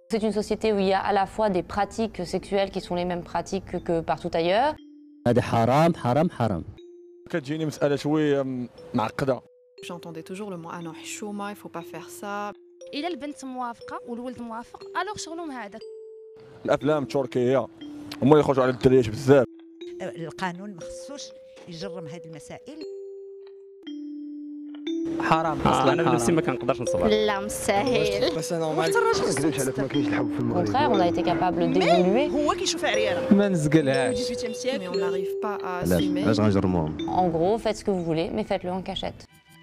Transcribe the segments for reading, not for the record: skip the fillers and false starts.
C'est une société où il y a à la fois des pratiques sexuelles qui sont les mêmes pratiques que partout ailleurs. هذا حرام حرام حرام. كتجيني مسألة شوية معقدة. J'entendais toujours le mot ah non حشومة, il faut pas faire ça. إلا البنت موافقة والولد موافق الوغ شغلهم هذاك. الأفلام التركية هما يخرجوا على الدريات بزاف. القانون ما خصوش يجرم هذه المسائل. حرام اصلا انا بنفسي ما كنقدرش نصبر. لا مستحيل. بس نورمال. ما نكذبش عليك ما كاينش الحب في Au المغرب. contraire, on a été capable d'évoluer. هو كيشوف عريانة. ما نزقلهاش. 18e siècle mais on n'arrive pas à assumer. علاش غنجرموهم؟ En gros, faites ce que vous voulez, mais faites-le en cachette.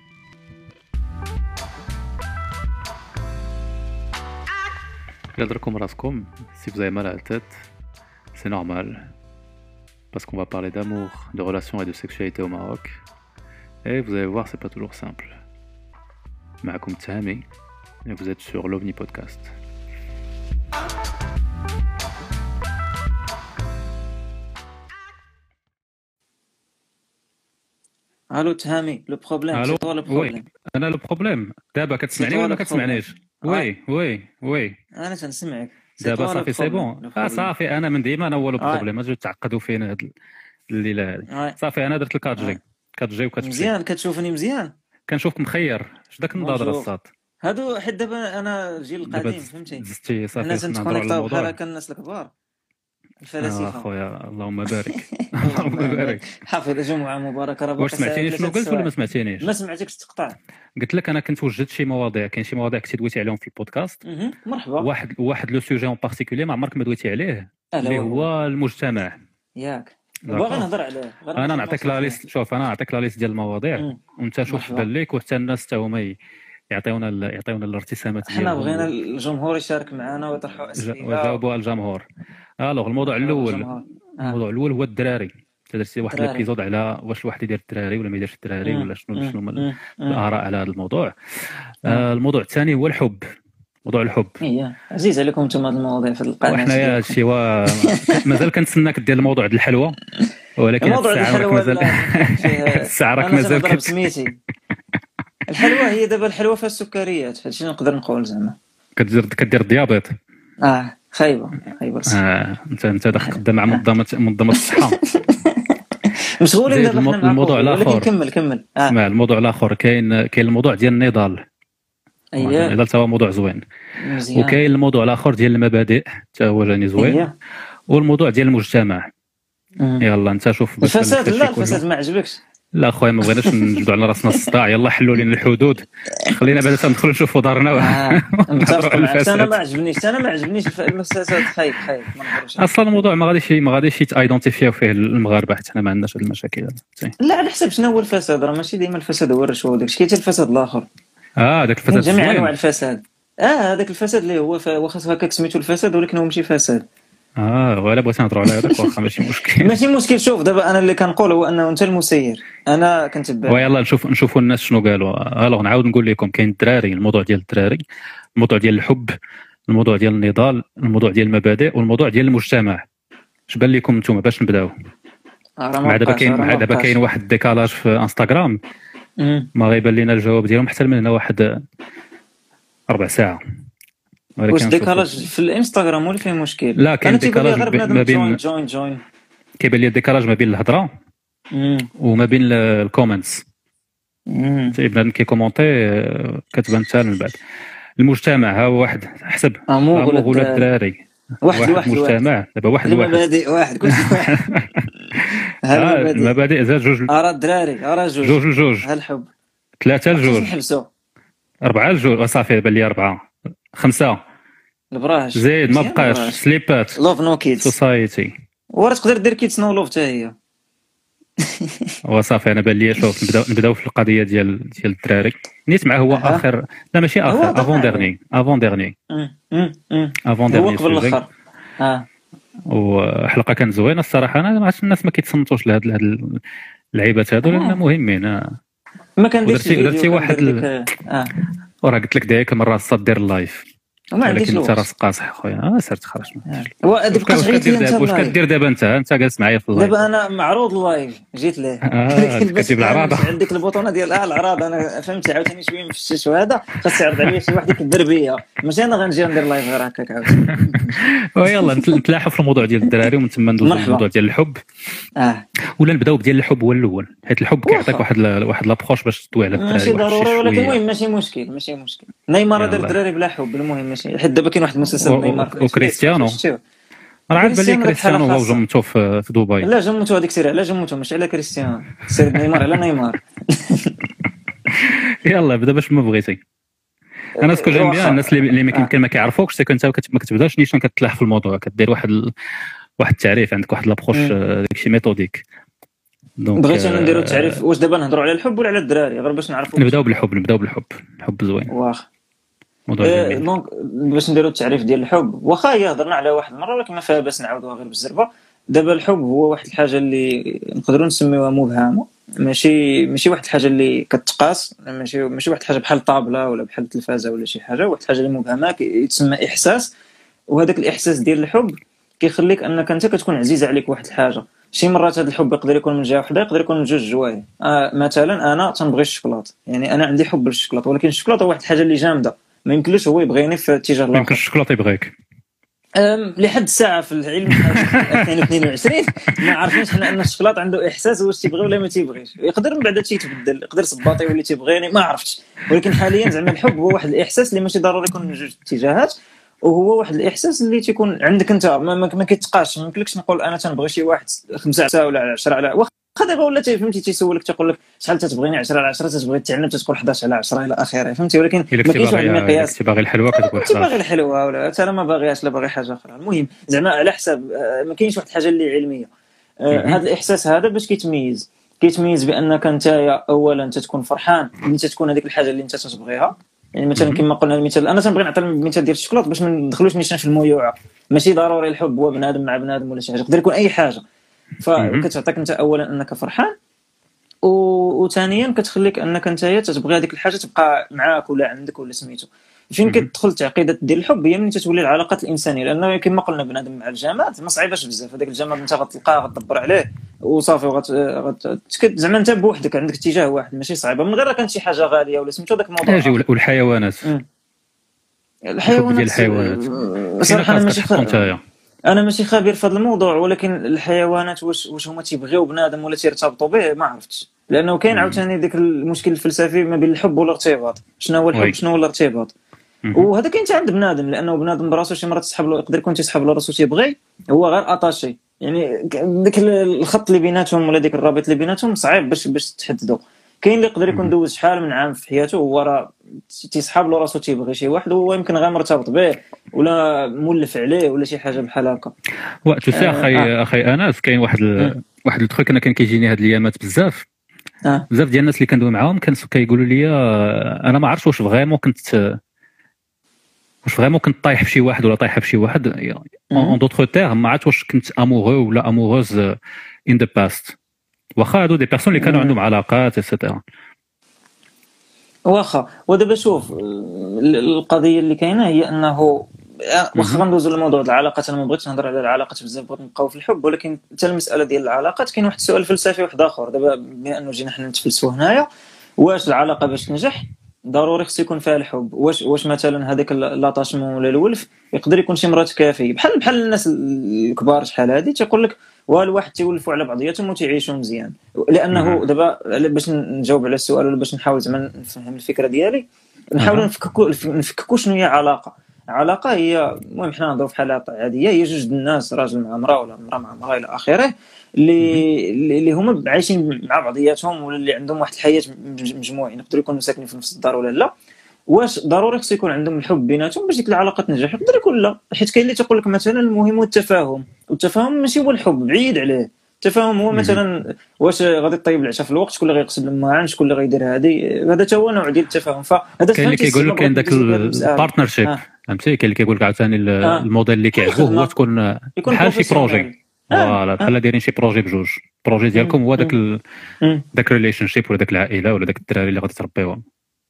Gardez-vous rascom, si vous avez mal à la tête, c'est normal. Parce qu'on va parler d'amour, de relations et de sexualité au Maroc. Et vous allez voir, c'est pas toujours simple. Ma'akoum Tahami, et vous êtes sur l'OVNI Podcast. الو تهامي لو بروبليم سي طوا لو بروبليم انا لو بروبليم دابا كتسمعني ولا ما كتسمعنيش؟ وي انا تنسمعك دابا صافي سي بون صافي انا من ديما انا هو لو بروبليم اجيو تعقدوا فينا هاد الليله هادي صافي انا درت الكاتجي كاتجي وكتمشي مزيان كتشوفني مزيان كنشوفك مخير اش داك النظاره الصاد هادو حيت دابا انا جيل القديم فهمتي زدتي صافي الناس تنكونيكطاو بحال هكا الناس الكبار الفلاسفه اخويا اللهم بارك اللهم بارك حافظ جمعه مباركه راه واش سمعتيني شنو قلت ولا ما سمعتينيش؟ ما سمعتكش تقطع قلت لك انا كنت وجدت شي مواضيع كاين شي مواضيع كنتي دويتي عليهم في البودكاست مرحبا واحد لو سوجي اون بارتيكولي ما عمرك ما دويتي عليه اللي هو المجتمع ياك باغي نهضر عليه انا نعطيك لا ليست شوف انا نعطيك لا ليست ديال المواضيع وانت شوف بان ليك وحتى الناس حتى هما يعطيونا الارتسامات ديالهم حنا بغينا الجمهور يشارك معنا ويطرحوا اسئله ويجاوبوا الجمهور الوغ الموضوع الاول هو الدراري درتي واحد الابيزود على واش الواحد يدير الدراري ولا ما يديرش الدراري ولا شنو الاراء على هذا الموضوع الموضوع الثاني هو الحب موضوع الحب عزيز عليكم انتم هذه المواضيع في القناه وحنايا هادشي مازال كنتسناك دير الموضوع ديال الحلوه ولكن الساعه راك مازال سميتي الحلوه هي دابا الحلوه فيها السكريات هادشي نقدر نقول زعما كدير الديابيط خايبه انت داخل خدام مع منظمه الصحه مشغولين دابا حنا الموضوع الاخر كمل اسمع الموضوع الاخر كاين الموضوع ديال النضال النضال هو موضوع زوين وكاين الموضوع الاخر ديال المبادئ حتى هو جاني زوين والموضوع ديال المجتمع يلا انت شوف الفساد لا الفساد ما عجبكش لا خويا ما بغيناش نجبدوا على راسنا الصداع يلا حلوا لنا الحدود خلينا بعدا ندخلوا نشوفوا دارنا انا ما عجبنيش الفساد خايب ما نقدرش اصلا الموضوع ما غاديش يتايدونتيفيو فيه المغاربه حتى حنا ما عندناش هاد المشاكل لا على حسب شنو هو الفساد راه ماشي ديما الفساد هو الرشوه وداكشي كاين الفساد الاخر داك الفساد جميع انواع الفساد هذاك الفساد اللي هو واخا هكاك سميتو الفساد ولكن هو ماشي فساد ولا بغيت نهضروا على هذاك واخا ماشي مشكل شوف دابا انا اللي كنقول هو انه انت المسير انا كنتبع ويلا نشوفوا الناس شنو قالوا الوغ نعاود نقول لكم كاين الدراري الموضوع ديال الدراري الموضوع ديال الحب الموضوع ديال النضال الموضوع ديال المبادئ والموضوع ديال المجتمع اش بان لكم نتوما باش نبداو دابا كاين واحد الديكالاج في انستغرام ما غيبان لينا الجواب ديالهم حتى من هنا واحد 4 ساعة واش ديكالاج في الانستغرام ولا فيه مشكل لا كاين ديكالاج ما بين جوين كيبان لي الديكالاج ما بين الهضره وما بين الكومنتس بنادم كيكومونتي كتبان حتى من بعد المجتمع ها واحد حسب ولا الدراري واحد المجتمع دابا واحد المبادئ واحد كل واحد المبادئ زاد جوج الدراري جوج ها الحب 3 لجوج 4 لجوج صافي بان لي 4 5 البراش زيد ما بقاش سليبات لوف نو كيدز سوسايتي ورا تقدر دير كيدز نو لوف حتى هي وصافي انا بان لي شوف نبداو في القضيه ديال الدراري نيت معاه هو اخر لا ماشي اخر افون ديرني هو قبل الاخر وحلقه كانت زوينه الصراحه انا ما عرفتش الناس ما كيتصنتوش لهاد اللعيبات هادو لان مهمين ما كنديرش درتي واحد وراه قلت لك دايك مره الصاد دير اللايف وما عنديش ولكن انت الوقت. راسك قاصح خويا. سير خرج وهذيك بقات غير واش كدير دابا انت جالس معايا في اللايف؟ دابا انا معروض اللايف جيت ليه كتجيب العراضه عندك البوطونه ديال العراض. انا فهمت عاوتاني شويه مفشش وهذا خاص يعرض عليا شي واحد يكبر بيا ماشي انا غنجي ندير لايف غير هكاك عاوتاني. ويلا نتلاحوا في الموضوع ديال الدراري ومن ثم ندوزو للموضوع ديال الحب. ولا نبداو بديال الحب هو الاول حيت الحب كيعطيك واحد لابروش باش تدوي على الدراري. ماشي ضروري ولكن المهم ماشي مشكل. نيمار دار الدراري بلا حب المهم ماشي حيت دابا كاين واحد المسلسل نيمار وكريستيانو راه عاد بالي كريستيانو هو جمتو في دبي. لا جمتو هذيك سير على جمتو ماشي على كريستيانو سير نيمار على نيمار. يلا بدا باش ما بغيتي. انا سكو جيم بيان الناس اللي ما كيعرفوكش سكو انت ما كتبداش نيشان كتلاح في الموضوع كدير واحد التعريف عندك واحد لابروش داكشي ميثوديك. بغيت انا نديرو التعريف واش دابا نهضروا على الحب ولا على الدراري غير باش نعرفوا. نبداو بالحب الحب زوين واخا موضوع جميل. دونك باش نديرو التعريف ديال الحب واخا هي هضرنا على واحد المره ولكن ما فيها باس نعاودوها غير بالزربه. دابا الحب هو واحد الحاجه اللي نقدروا نسميوها مبهمه ماشي واحد الحاجه اللي كتقاس ماشي واحد الحاجه بحال الطابله ولا بحال التلفازه ولا شي حاجه. واحد الحاجه اللي مبهمه يتسمى احساس وهذاك الاحساس ديال الحب كيخليك انك انت كتكون عزيز عليك واحد الحاجه. شي مرات هذا الحب يقدر يكون من جهه وحده يقدر يكون من جوج جوايه. مثلا انا تنبغي الشوكولاط يعني انا عندي حب للشوكولاط ولكن الشوكولاط هو واحد الحاجه اللي جامده ما يمكنلوش هو يبغيني في اتجاه الاخر. ما يمكنش الشوكولاط يبغيك لحد الساعه في العلم 2022 ما عارفينش حنا ان الشوكولاط عنده احساس واش تيبغي ولا ما تيبغيش. يقدر من بعد هادشي يتبدل يقدر صباطي يولي تيبغيني ما عرفتش ولكن حاليا زعما الحب هو واحد الاحساس اللي ماشي ضروري يكون من جوج اتجاهات وهو واحد الاحساس اللي تيكون عندك انت ما كيتقاش. ما يمكنلكش نقول انا تنبغي شي واحد 5 ولا 10 على واخا دابا ولا فهمتي تيسولك تيقول لك شحال تتبغيني 10 على 10 تتبغي تعلم تقول 11 على 10 الى اخره فهمتي. ولكن ما كاينش واحد المقياس. انت باغي الحلوه كتقول 11 باغي الحلوه ولا انا ما باغيهاش لا باغي حاجه اخرى. المهم زعما على حساب ما كاينش واحد الحاجه اللي علميه. هذا الاحساس هذا باش كيتميز بانك انت اولا تكون فرحان ملي تكون هذيك الحاجه اللي انت تتبغيها. يعني مثلا كما قلنا المثال انا تنبغي نعطي المثال ديال الشوكولاط باش ما ندخلوش نيشان في الميوعه. ماشي ضروري الحب هو بنادم مع بنادم ولا شي حاجه يقدر يكون اي حاجه. فكتعطيك انت اولا انك فرحان وثانيا كتخليك انك انت تتبغي هذيك الحاجه تبقى معاك ولا عندك ولا سميتو. فين كتدخل التعقيدات ديال الحب هي ملي تتولي العلاقات الانسانيه لانه كما قلنا بنادم مع الجماد ما صعيباش بزاف. هذاك الجماد انت غتلقاه غتدبر عليه وصافي زعما انت بوحدك عندك اتجاه واحد ماشي صعيبه من غير كانت شي حاجه غاليه ولا سميتو داك الموضوع. والحيوانات صراحه انا ماشي خبير في هذا الموضوع ولكن الحيوانات واش هما تيبغيو بنادم ولا تيرتبطوا به ما عرفتش لانه كاين عاوتاني ديك المشكل الفلسفي ما بين الحب والارتباط. شنو هو الحب شنو هو الارتباط وهذا كاين حتى عند بنادم لانه بنادم براسو شي مرات تسحب له يقدر يكون تيسحب له راسو تيبغي هو غير اطاشي يعني داك الخط اللي بيناتهم ولا ديك الرابط اللي بيناتهم صعيب باش تحددوا. كاين اللي يقدر يكون دوز شحال من عام في حياته هو راه تيسحب له راسو تيبغي شي واحد وهو يمكن غير مرتبط به ولا مولف عليه ولا شي حاجه بحال هكا. وتسا اخي انس كاين واحد التخيك انا كان كيجيني هاد الايامات بزاف ديال الناس اللي كندوي معاهم كانوا كيقولوا لي انا ما عرفتش واش فريمون كنت طايح في شي واحد ولا طايحه في شي واحد اون دوطخ تيغ ما عرفتش واش كنت امورو ولا اموروز ان ذا باست واخا هادو دي بيرسون اللي كانوا عندهم علاقات ايتترا واخا. ودابا شوف القضيه اللي كاينه هي انه واخا غندوزو للموضوع ديال العلاقات. انا ما بغيتش نهضر على العلاقات بزاف بغيت نبقاو في الحب ولكن حتى المساله ديال العلاقات كاين واحد السؤال فلسفي واحد اخر. دابا بما انه جينا حنا نتفلسفوا هنايا واش العلاقه باش تنجح ضروري خص يكون فيها الحب. واش مثلا هذاك لاطاشمون ولا الولف يقدر يكون شي مرات كافي بحال الناس الكبار شحال هادي تيقول لك والواحد تيولفوا على بعضياتهم وتيعيشوا مزيان. لانه دابا باش نجاوب على السؤال ولا باش نحاول زعما نفهم الفكره ديالي نحاول نفككوا شنو هي علاقه. هي المهم حنا نهضروا في حالات عاديه هي جوج الناس راجل مع امراه ولا امراه مع امراه الى اخره اللي هما عايشين مع بعضياتهم ولا اللي عندهم واحد الحياه مجموعين يقدروا يكونوا ساكنين في نفس الدار ولا لا. واش ضروري خص يكون عندهم الحب بيناتهم باش ديك العلاقه تنجح؟ يقدر يكون لا حيت كاين اللي تيقول لك مثلا المهم هو التفاهم والتفاهم ماشي هو الحب بعيد عليه. التفاهم هو مثلا واش غادي طيب العشاء في الوقت شكون اللي غيغسل الماعن شكون اللي غيدير هذه هذا حتى هو نوع ديال التفاهم. فهذا كاين اللي كيقول لك كاين داك البارتنرشيب فهمتي. كاين اللي كيقول لك عاوتاني الموديل اللي كيعجبو هو تكون بحال شي بروجي فوالا بحال دايرين شي بروجي بجوج. البروجي ديالكم هو داك ريليشن شيب ولا داك العائله ولا داك الدراري اللي غادي تربيوهم.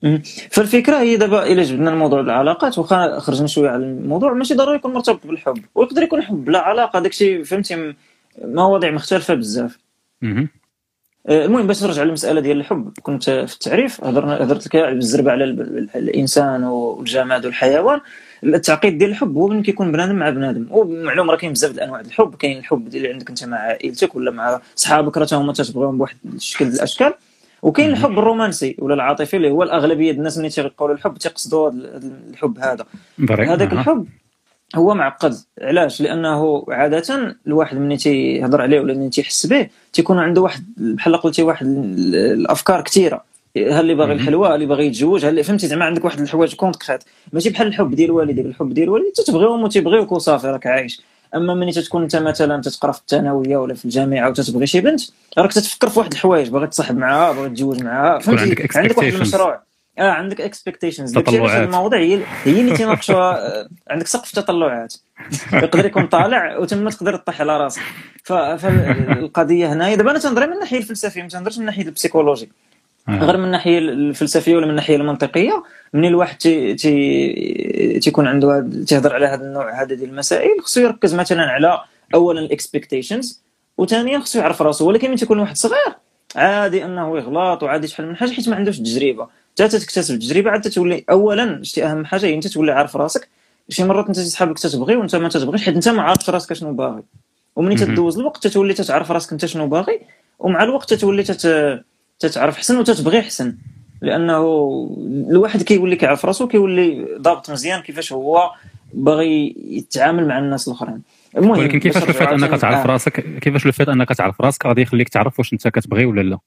فالفكره هي دابا الا جبنا الموضوع العلاقات، واخا خرجنا شويه على الموضوع، ماشي ضروري يكون مرتبط بالحب، ويقدر يكون حب بلا علاقه، داكشي فهمتي مواضيع مختلفه بزاف. المهم باش نرجع للمساله ديال الحب، كنت في التعريف هضرت لك بالزربه على الانسان والجماد والحيوان. التعقيد ديال الحب هو ملي كيكون بنادم مع بنادم، ومعلوم راه كاين بزاف د الانواع ديال الحب. كاين الحب اللي عندك انت مع عائلتك ولا مع صحابك، راه هما تتبغيهم بواحد الشكل ديال الاشكال. وكاين الحب الرومانسي ولا العاطفي اللي هو الاغلبيه ديال الناس ملي تيقولوا الحب تيقصدوا الحب هذاك الحب هو معقد. علاش؟ لانه عاده الواحد ملي تيهضر عليه ولا ملي تيحس به تيكون عنده واحد بحال قلتي واحد الافكار كثيره. ها اللي باغي الحلوه، ها اللي باغي يتزوج، ها اللي فهمتي زعما عندك واحد الحوايج كونكريت، ماشي بحال الحب ديال والديك. الحب ديال والديك تتبغيهم وتيبغيوك وصافي راك عايش. اما ملي تكون انت مثلا تتقرا في الثانويه ولا في الجامعه وتتبغي شي بنت، راك تتفكر في واحد الحوايج، باغي تصاحب معها، باغي تتزوج معها، فهمتي عندك واحد المشروع. عندك اكسبكتيشنز، داكشي علاش المواضيع هي اللي تيناقشوها. عندك سقف تطلعات يقدر يكون طالع وتما تقدر تطيح على راسك. فالقضيه هنايا دابا انا تنهضر من الناحيه الفلسفيه، ما تنهضرش من الناحيه البسيكولوجي، غير من الناحيه الفلسفيه ولا من الناحيه المنطقيه. من الواحد تيكون عنده تيهضر على هذا النوع هذا ديال المسائل، خصو يركز مثلا على اولا الاكسبكتيشنز، وثانيا خصو يعرف راسو. ولكن ملي تكون واحد صغير عادي انه يغلط وعادي شحال من حاجه، حيت ما عندوش التجربه. حتى تكتسب التجربه عاد تولي اولا شتي اهم حاجه هي انت تولي عارف راسك. شي مرات انت صحابك تتبغي وانت ما تتبغيش، حيت انت ما عارفش راسك شنو باغي. ومني تدوز الوقت تتولي تتعرف راسك انت شنو باغي، ومع الوقت تتولي تتعرف حسن وتتبغي حسن. لانه الواحد كيولي كيعرف راسو، كيولي ضابط مزيان كيفاش هو باغي يتعامل مع الناس الاخرين. المهم ولكن كيفاش الفات انك تعرف راسك، كيفاش الفات انك تعرف راسك غادي يخليك تعرف واش انت كتبغي ولا لا؟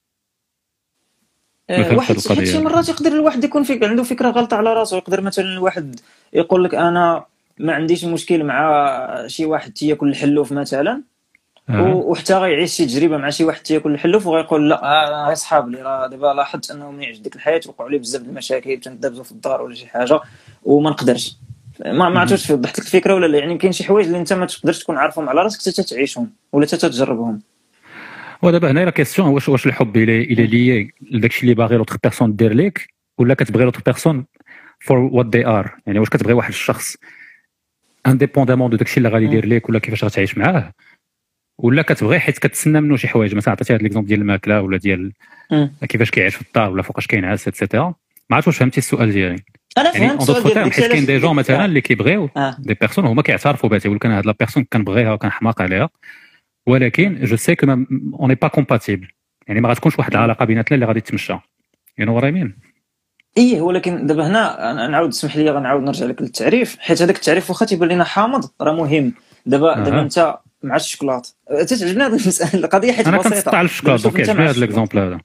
واحد شي مرات يقدر الواحد يكون عنده فكره غلطه على راسه. يقدر مثلا الواحد يقول لك انا ما عنديش مشكل مع شي واحد تياكل الحلوف مثلا، وحتى غيعيش شي تجربه مع شي واحد تياكل الحلوف وغيقول لا صحاب لي راه دابا لاحظت انه ملي عشت ديك الحياه وقعوا لي بزاف د المشاكل، تندبزوا في الدار ولا شي حاجه وما نقدرش. ما عرفتش في وضحت لك الفكره ولا لا؟ يعني كاين شي حوايج اللي انت ما تقدرش تكون عارفهم على راسك حتى تعيشهم ولا حتى تجربهم. ودابا هنا لا كيسيون واش الحب الى ليي لداكشي اللي باغي لوطخ بيرسون دير ليك، ولا كتبغي لوطخ بيرسون فور وات دي ار. يعني واش كتبغي واحد الشخص انديبوندامون دو داكشي اللي غادي يدير ليك ولا كيفاش غتعيش معاه، ولا كتبغي حيت كتسنى منه شي حوايج. مثلا عطيتي هذا ليكزومبل ديال الماكله ولا ديال كيفاش كيعيش في الدار ولا فوقاش كينعس اتسيتيرا. ما عرفتش واش فهمتي السؤال ديالي. انا فهمت السؤال ديالك. حيت كاين دي جون مثلا اللي كيبغيو دي بيرسون هما كيعترفوا بها، تيقول لك انا هاد لا بيرسون كنبغيها وكنحماق عليها، ولكن جو سي كو اون ني با كومباتيبل. يعني ما غتكونش واحد العلاقه بيناتنا اللي غادي تمشى. يعني ورا يمين ولكن دابا هنا نعاود اسمح لي غنعاود نرجع لك للتعريف، حيت هذاك التعريف واخا تيبان لنا حامض راه مهم. دابا انت مع الشوكولات تتعجبني هذه المساله القضيه حيت انا بسيطه. انا كنستطع الشوكولات دونك كيعجبني هذا ليكزومبل هذا.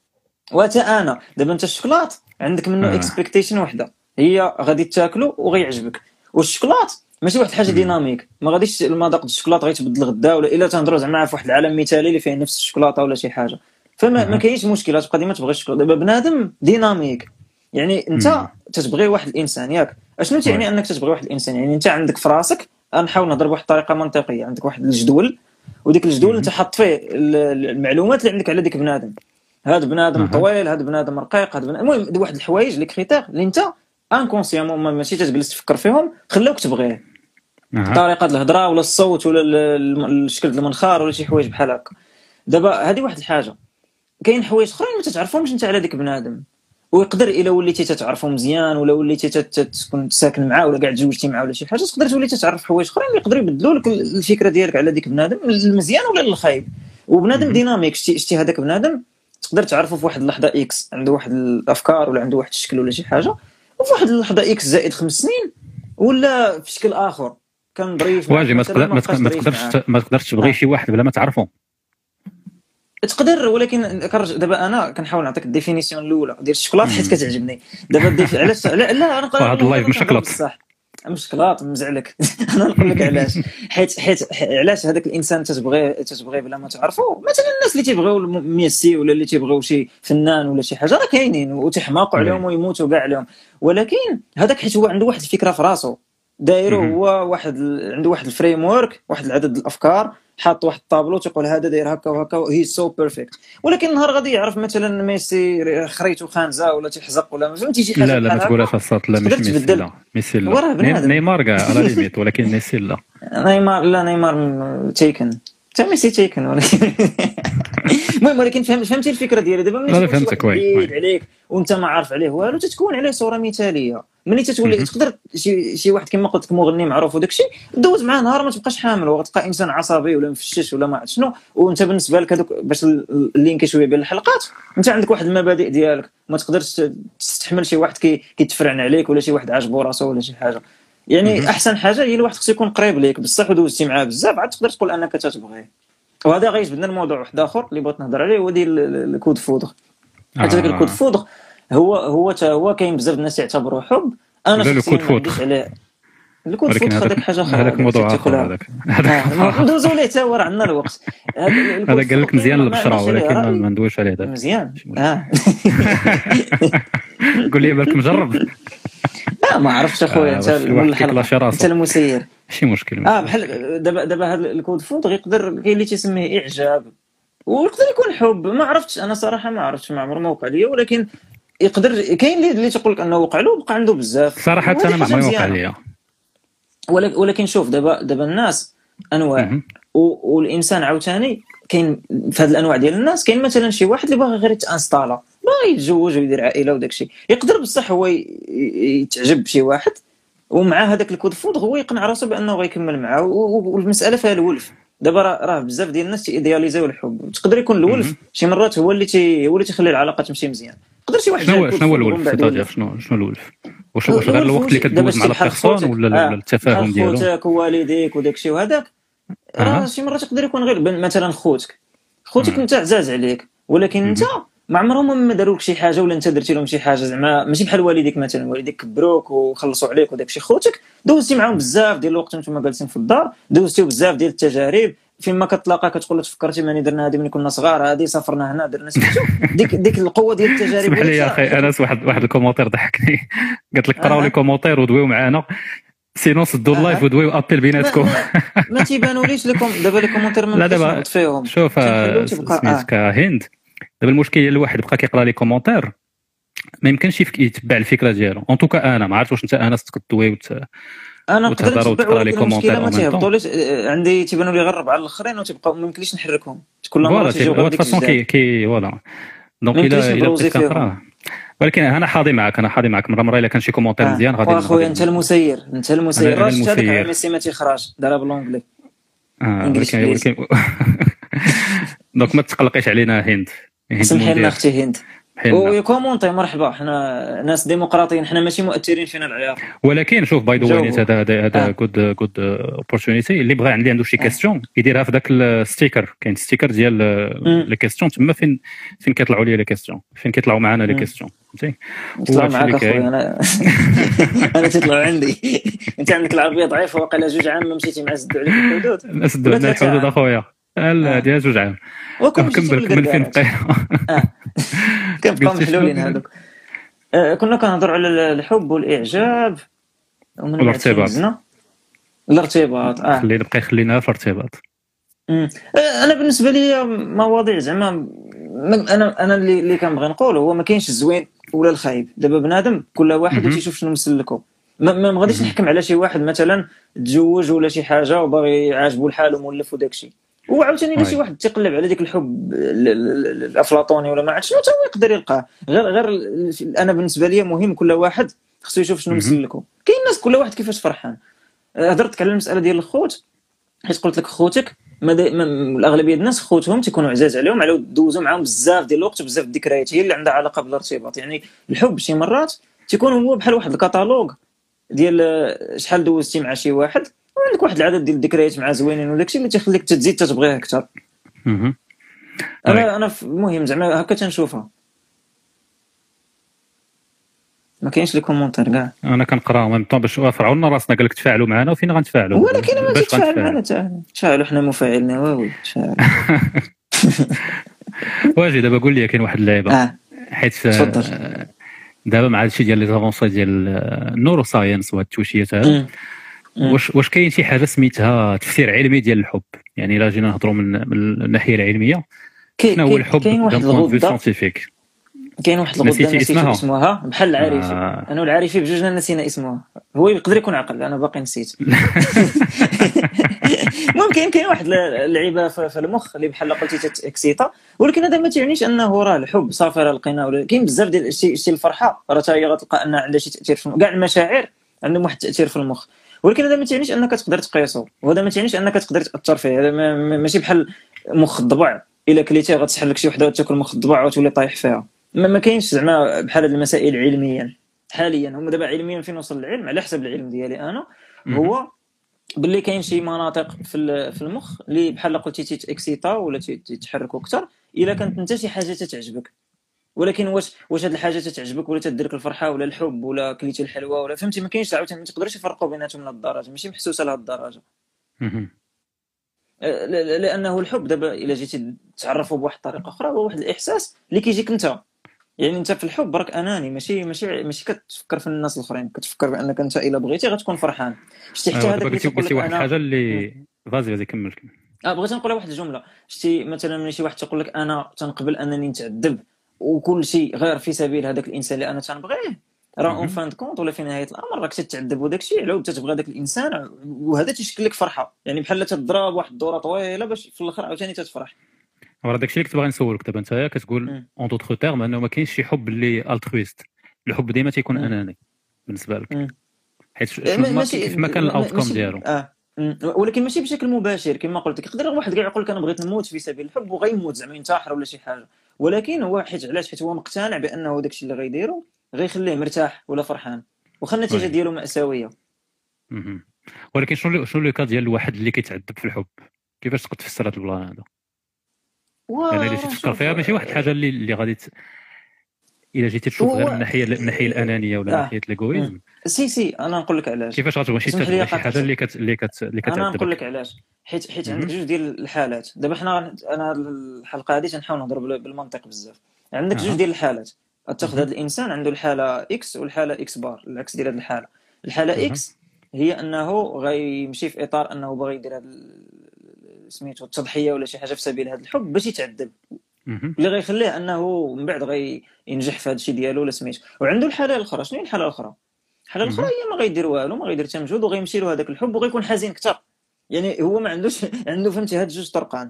انا دابا انت الشوكولات عندك منه اكسبكتيشن وحده هي غادي تاكلو وغيعجبك، والشوكولات ماشي واحد الحاجه ديناميك. ما غاديش المذاق ديال الشوكولات غيتبدل غدا ولا الا تنهضروا زعما في واحد العالم مثالي اللي فيه نفس الشوكولاته ولا شي حاجه. فما كاينش مشكل، تبقى ديما تبغي الشوكولاته. دابا بنادم ديناميك، يعني انت تتبغي واحد الانسان ياك. اشنو تعني انك تتبغي واحد الانسان؟ يعني انت عندك في راسك، نحاول نهضر بواحد الطريقه منطقيه، عندك واحد الجدول، وديك الجدول انت حاط فيه المعلومات اللي عندك على ديك بنادم. هذا بنادم طويل، هذا بنادم رقيق، هذا المهم واحد الحوايج لي كريتير اللي انت انكونسيامون ماشي تجلس تفكر فيهم خلاوك تبغيه. طريقه الهضره ولا الصوت ولا الشكل ديال المنخار ولا شي حوايج بحال هكا. دابا هذه واحد الحاجه. كاين حوايج اخرين ما تتعرفهمش انت على ديك بنادم، ويقدر الا وليتي تتعرفوا مزيان ولا وليتي تكون ساكن معاه ولا قاعد تزوجتي معاه ولا شي حاجه، تقدر تولي تتعرف حوايج اخرين اللي يقدروا يبدلوا لك الفكره ديالك على ديك بنادم المزيان ولا الخايب. وبنادم ديناميك، شتي هذاك بنادم تقدر تعرفوا في واحد اللحظه اكس عنده واحد الافكار ولا عنده واحد الشكل ولا شي حاجه، وفي واحد اللحظه اكس زائد 5 سنين ولا في شكل اخر كان ظريف. واجي ما تقدرش تبغي شي واحد بلا ما تعرفه. تقدر، ولكن دابا انا كنحاول نعطيك الديفينيسيون الاولى ديال الشوكولات حيت كتعجبني. دابا علاش لا انا نقول هذا اللايف مش شوكولات بصح مش شوكولات مزعلك. انا نقول لك علاش. حيت علاش هذاك الانسان تتبغي بلا ما تعرفه. مثلا الناس اللي تيبغيو ميسي ولا اللي تيبغيو شي فنان ولا شي حاجه راه كاينين وتحماقوا عليهم ويموتوا كاع عليهم، ولكن هذاك حيت هو عنده واحد الفكره في راسو دايرو، هو عنده واحد الفريم ورك، واحد العدد الافكار حاط واحد الطابلو تيقول هذا داير هكا وهكا هي سو بيرفكت، ولكن النهار غادي يعرف مثلا ميسي خريتو خانزه ولا تيحزق ولا ما فهمتي شي حاجه. لا ما تقولهاش الصوت، لا مش ميسي، لا ميسي لا، نيمار كاع على ليميت، ولكن ميسي لا. نيمار تيكن حتى ميسي تيكن، ولكن المهم ولكن فهمتي الفكره ديالي دابا. ملي فهمتك بعيد عليك وانت ما عارف عليه والو تتكون عليه صوره مثاليه. ملي تتولي تقدر شي واحد كما قلت لك مغني معروف وداك الشيء دوز معاه نهار ما تبقاش حامل وغتبقى انسان عصبي ولا مفشش ولا ما عرفت شنو. وانت بالنسبه لك هذوك باش اللينك شويه بين الحلقات، انت عندك واحد المبادئ ديالك ما تقدرش تستحمل شي واحد كيتفرعن عليك ولا شي واحد عاجبو راسو ولا شي حاجه. يعني احسن حاجه هي الواحد خصو يكون قريب ليك بصح ودوزتي معاه بزاف عاد تقدر تقول انك تتبغيه. وهذا غيجبدنا الموضوع واحد اخر اللي بغيت نهضر عليه، هو ديال الكود فودغ. حيت هذاك الكود فودغ هو كاين بزاف الناس يعتبروه حب. انا الكود فودغ عليه الكود فودغ هذاك حاجه اخرى، هذاك موضوع اخر هذاك ندوزو ليه حتى هو راه عندنا الوقت. هذا قال لك مزيان البشره ولكن ما ندويش عليه هذا مزيان. قول لي بالك مجرب. لا ما عرفتش اخويا، انت انت المسير ماشي مشكل. بحال دابا هذا الكود فودغ يقدر كاين اللي تيسميه اعجاب ويقدر يكون حب. ما عرفتش انا صراحه، ما عرفتش، ما عمر ما وقع ليا، ولكن يقدر كاين اللي تقول لك انه وقع له بقى عنده بزاف صراحه. انا ما وقع ليا، ولكن شوف دابا الناس انواع والانسان عاوتاني كاين في هذه الانواع ديال الناس. كاين مثلا شي واحد اللي باغي غير يتانستالا، باغي يتزوج ويدير عائله وداك الشيء، يقدر بصح هو يتعجب بشي واحد ومع هذاك الكود فودغ هو يقنع راسو بانه غيكمل معاه. والمساله فيها الولف. دابا راه بزاف ديال الناس تيدياليزيو الحب. تقدر يكون الولف شي مرات هو اللي تيخلي العلاقه تمشي مزيان. يقدر شي واحد شنو هو الولف؟ شنو الولف؟ واش غير الوقت اللي كدوز مع البيرسون ولا التفاهم ديالو؟ خوتك ووالديك وداك الشيء وهذاك راه شي مرات يقدر يكون غير مثلا خوتك انت عزاز عليك، ولكن انت ما عمرهم ما داروك شي حاجه ولا انت درتي لهم شي حاجه، زعما ماشي بحال والديك. مثلا والديك كبروك وخلصوا عليك وداك الشيء. خوتك دوزتي معاهم بزاف ديال الوقت نتوما جالسين في الدار، دوزتيو بزاف ديال التجارب. فيما كتلاقى كتقول له تفكرتي ماني درنا هذه ملي كنا صغار، هذه سافرنا هنا درنا سميتو ديك القوه ديال التجارب. اسمح لي يا اخي انس، واحد الكومونتير ضحكني. قالت لك قراو لي كومونتير ودويو معانا، سينو سدوا اللايف ودويو ابيل بيناتكم. ما تيبانوليش لكم دابا لي كومونتير ما نقدرش فيهم. شوف سميتك هند، دابا المشكل هي الواحد بقى كيقرا لي كومونتير ما يمكنش يتبع الفكره ديالو. ان توكا انا ما عرفتش واش انت انس تكتوي انا نقدر نتبع لي كومونتير ما تيهبطوليش عندي، تيبانوا لي غير 4 الاخرين وتبقاو ما يمكنليش نحركهم كل مره تيجيو غير ديك فاصون كي فوالا. دونك الا بغيت كنقرا، ولكن انا حاضي معك مره الا كان شي كومونتير مزيان غادي. اخويا انت المسير راه شفت هذاك ميسي ما تيخرج دارها بالونجلي. ولكن دونك ما تقلقيش علينا هند. سمحي لنا اختي هند ويكومونتي مرحبا. حنا ناس ديمقراطيين، حنا ماشي مؤثرين فينا العيار. ولكن شوف باي ذا واي هذا جود اوبورتونيتي. اللي بغى عنده شي كاستيون يديرها في داك الستيكر. كاين ستيكر ديال لي كاستيون تما فين كيطلعوا لي لي كاستيون، فين كيطلعوا معنا لي كاستيون. فهمتي؟ طلع معاك اخويا انا تطلع عندي. انت عندك العربيه ضعيفه وقال 2 عام ما مشيتي مع سدوا عليك الحدود. سدوا علينا الحدود اخويا. لا ديال 2 عام كمل فين بقينا. كنبقاو محلولين هذوك. كنا كنهضروا على الحب والاعجاب والارتباط. خلينا في الارتباط. انا بالنسبه لي مواضيع زعما انا اللي كنبغي نقول هو ما كاينش الزوين ولا الخايب. دابا بنادم كل واحد تيشوف شنو مسلكو. ما غاديش نحكم على شي واحد مثلا تزوج ولا شي حاجه وباغي عاجبو الحال ومولف وداك الشيء. وعاوتاني الا شي واحد تيقلب على ديك الحب الافلاطوني ولا ما عرفتش شنو، حتى هو يقدر يلقاه. غير انا بالنسبه لي مهم كل واحد خصو يشوف شنو مسلكو. كاين الناس كل واحد كيفاش فرحان. هضرت على المساله ديال الخوت، حيت قلت لك خوتك الاغلبيه الناس خوتهم تيكونوا عزاز عليهم، على دوزوا معاهم بزاف ديال الوقت وبزاف الذكريات، هي اللي عندها علاقه بالارتباط. يعني الحب شي مرات تيكون هو بحال واحد الكتالوج ديال شحال دوزتي مع شي واحد، وعندك واحد العدد ديال الذكريات مع زوينين وداكشي اللي تيخليك تزيد تتبغيه اكثر. انا المهم زعما هكا تنشوفها. ما كاينش لي كومونتير كاع. انا كنقرا ميم طون باش فرعوا لنا راسنا. قال لك تفاعلوا معنا وفين غنتفاعلوا؟ ولكن ما تتفاعل معنا. تفاعلوا حنا مفاعلين واوي. تفاعلوا واجي. دابا قول لي كاين واحد اللعيبه حيت دابا مع هادشي ديال لي زافونسي ديال النورو ساينس وهاد التوشيات هذا، واش كاين شي حاجه سميتها تفسير علمي ديال الحب؟ يعني الا جينا نهضروا من الناحيه العلميه شنو هو الحب كاين واحد دون بوين فيو الغده سانتيفيك؟ كاين واحد الغده نسيتي اسمها؟ اسمها بحال العارفي. انا والعارفي بجوجنا نسينا اسمها، هو يقدر يكون عقل انا باقي نسيت. المهم كاين واحد اللعيبه في المخ اللي بحال قلتي تاكسيتا، ولكن هذا ما تعنيش انه راه الحب صافي راه لقيناه. ولا كاين بزاف ديال الشيء الفرحه راه حتى هي غتلقى ان عندها شي تاثير في كاع المشاعر، عندهم واحد التاثير في المخ، ولكن هذا ما تعنيش انك تقدر تقيسه، وهذا ما تعنيش انك تقدر تاثر فيه. هذا ماشي بحال مخ الضبع الا كليتيه غتسحب لك شي وحده وتاكل مخ الضبع وتولي طايح فيها. ما كاينش زعما بحال هاد المسائل علميا حاليا. هم دابا علميا فين وصل العلم على حسب العلم ديالي انا هو باللي كاين شي مناطق في المخ اللي بحال قلتي تاكسيتا ولا تتحركوا اكثر الا كانت انت شي حاجه تتعجبك. ولكن واش هاد الحاجه تتعجبك ولا تديرك الفرحه ولا الحب ولا كليتي الحلوى ولا فهمتي، ما كاينش عاوتاني ما تقدرش يفرقوا بيناتهم لهاد الدرجه، ماشي محسوسه لهاد الدرجه. لانه الحب دابا الا جيتي تعرفوا بواحد الطريقه اخرى هو واحد الاحساس اللي كيجيك انت. يعني انت في الحب راك اناني، ماشي كتفكر في الناس الاخرين، كتفكر بانك انت الا بغيتي غتكون فرحان. شتي حتى هذاك اللي تقول لك واحد الحاجه اللي فازي كمل. بغيت نقول واحد الجمله. شتي مثلا ملي شي واحد تقول لك انا تنقبل انني نتعذب وكل شيء غير في سبيل هذاك الانسان اللي انا تنبغيه، راه اون فان كونط ولا في نهايه الامر راك تتعذب وداك الشيء علاود تتبغى داك الانسان، وهذا تيشكل لك فرحه. يعني بحال تضرب واحد الدوره طويله باش في الاخر عاوتاني تتفرح. راه داكشي اللي كنت باغي نسولك دابا. انت كتقول اون دوطخ تيرم انه ما كاينش شي حب اللي الترويست، الحب ديما تيكون اناني بالنسبه لك، حيت كيف ما كان الاوتكم ديالو. ولكن ماشي بشكل مباشر كما قلت لك. يقدر واحد كاع يقول لك انا بغيت نموت في سبيل الحب وغيموت زعما ينتحر ولا شي حاجه، ولكن هو حيت هو مقتنع بانه داكشي اللي غيديرو غيخليه مرتاح ولا فرحان واخا النتيجه ديالو مأساويه. ولكن شنو لو كا ديال الواحد اللي كيتعذب في الحب؟ كيفاش تقدر تفسر هذا البلان هذا؟ انا اللي تفكر فيها ماشي واحد الحاجه اللي غادي الا جيتي تشوف غير من الناحيه الانانيه ولا ناحيه الايغويزم. سي انا نقول لك علاش. كيفاش غتبغي شي حاجه اللي كتعذبك؟ انا نقول لك علاش. حيت عندك جوج ديال الحالات. دابا انا الحلقه هذه تنحاول نهضر بالمنطق بزاف. عندك جوج ديال الحالات. تاخذ هذا الانسان عنده الحاله اكس والحاله اكس بار، العكس ديال هذه الحاله اكس هي انه غيمشي في اطار انه باغي يدير هذا سميتو التضحيه ولا شي حاجه في سبيل هذا الحب باش يتعذب، اللي غيخليه انه من بعد غينجح في هذا الشيء ديالو ولا سميتو. وعنده الحاله الاخرى. شنو هي الحاله الاخرى؟ الحاله الاخرى هي ما غيدير والو، ما غيدير حتى مجهود وغيمشي له هذاك الحب وغيكون حزين اكثر. يعني هو ما عندوش عنده فهمتي هاد جوج طرقان.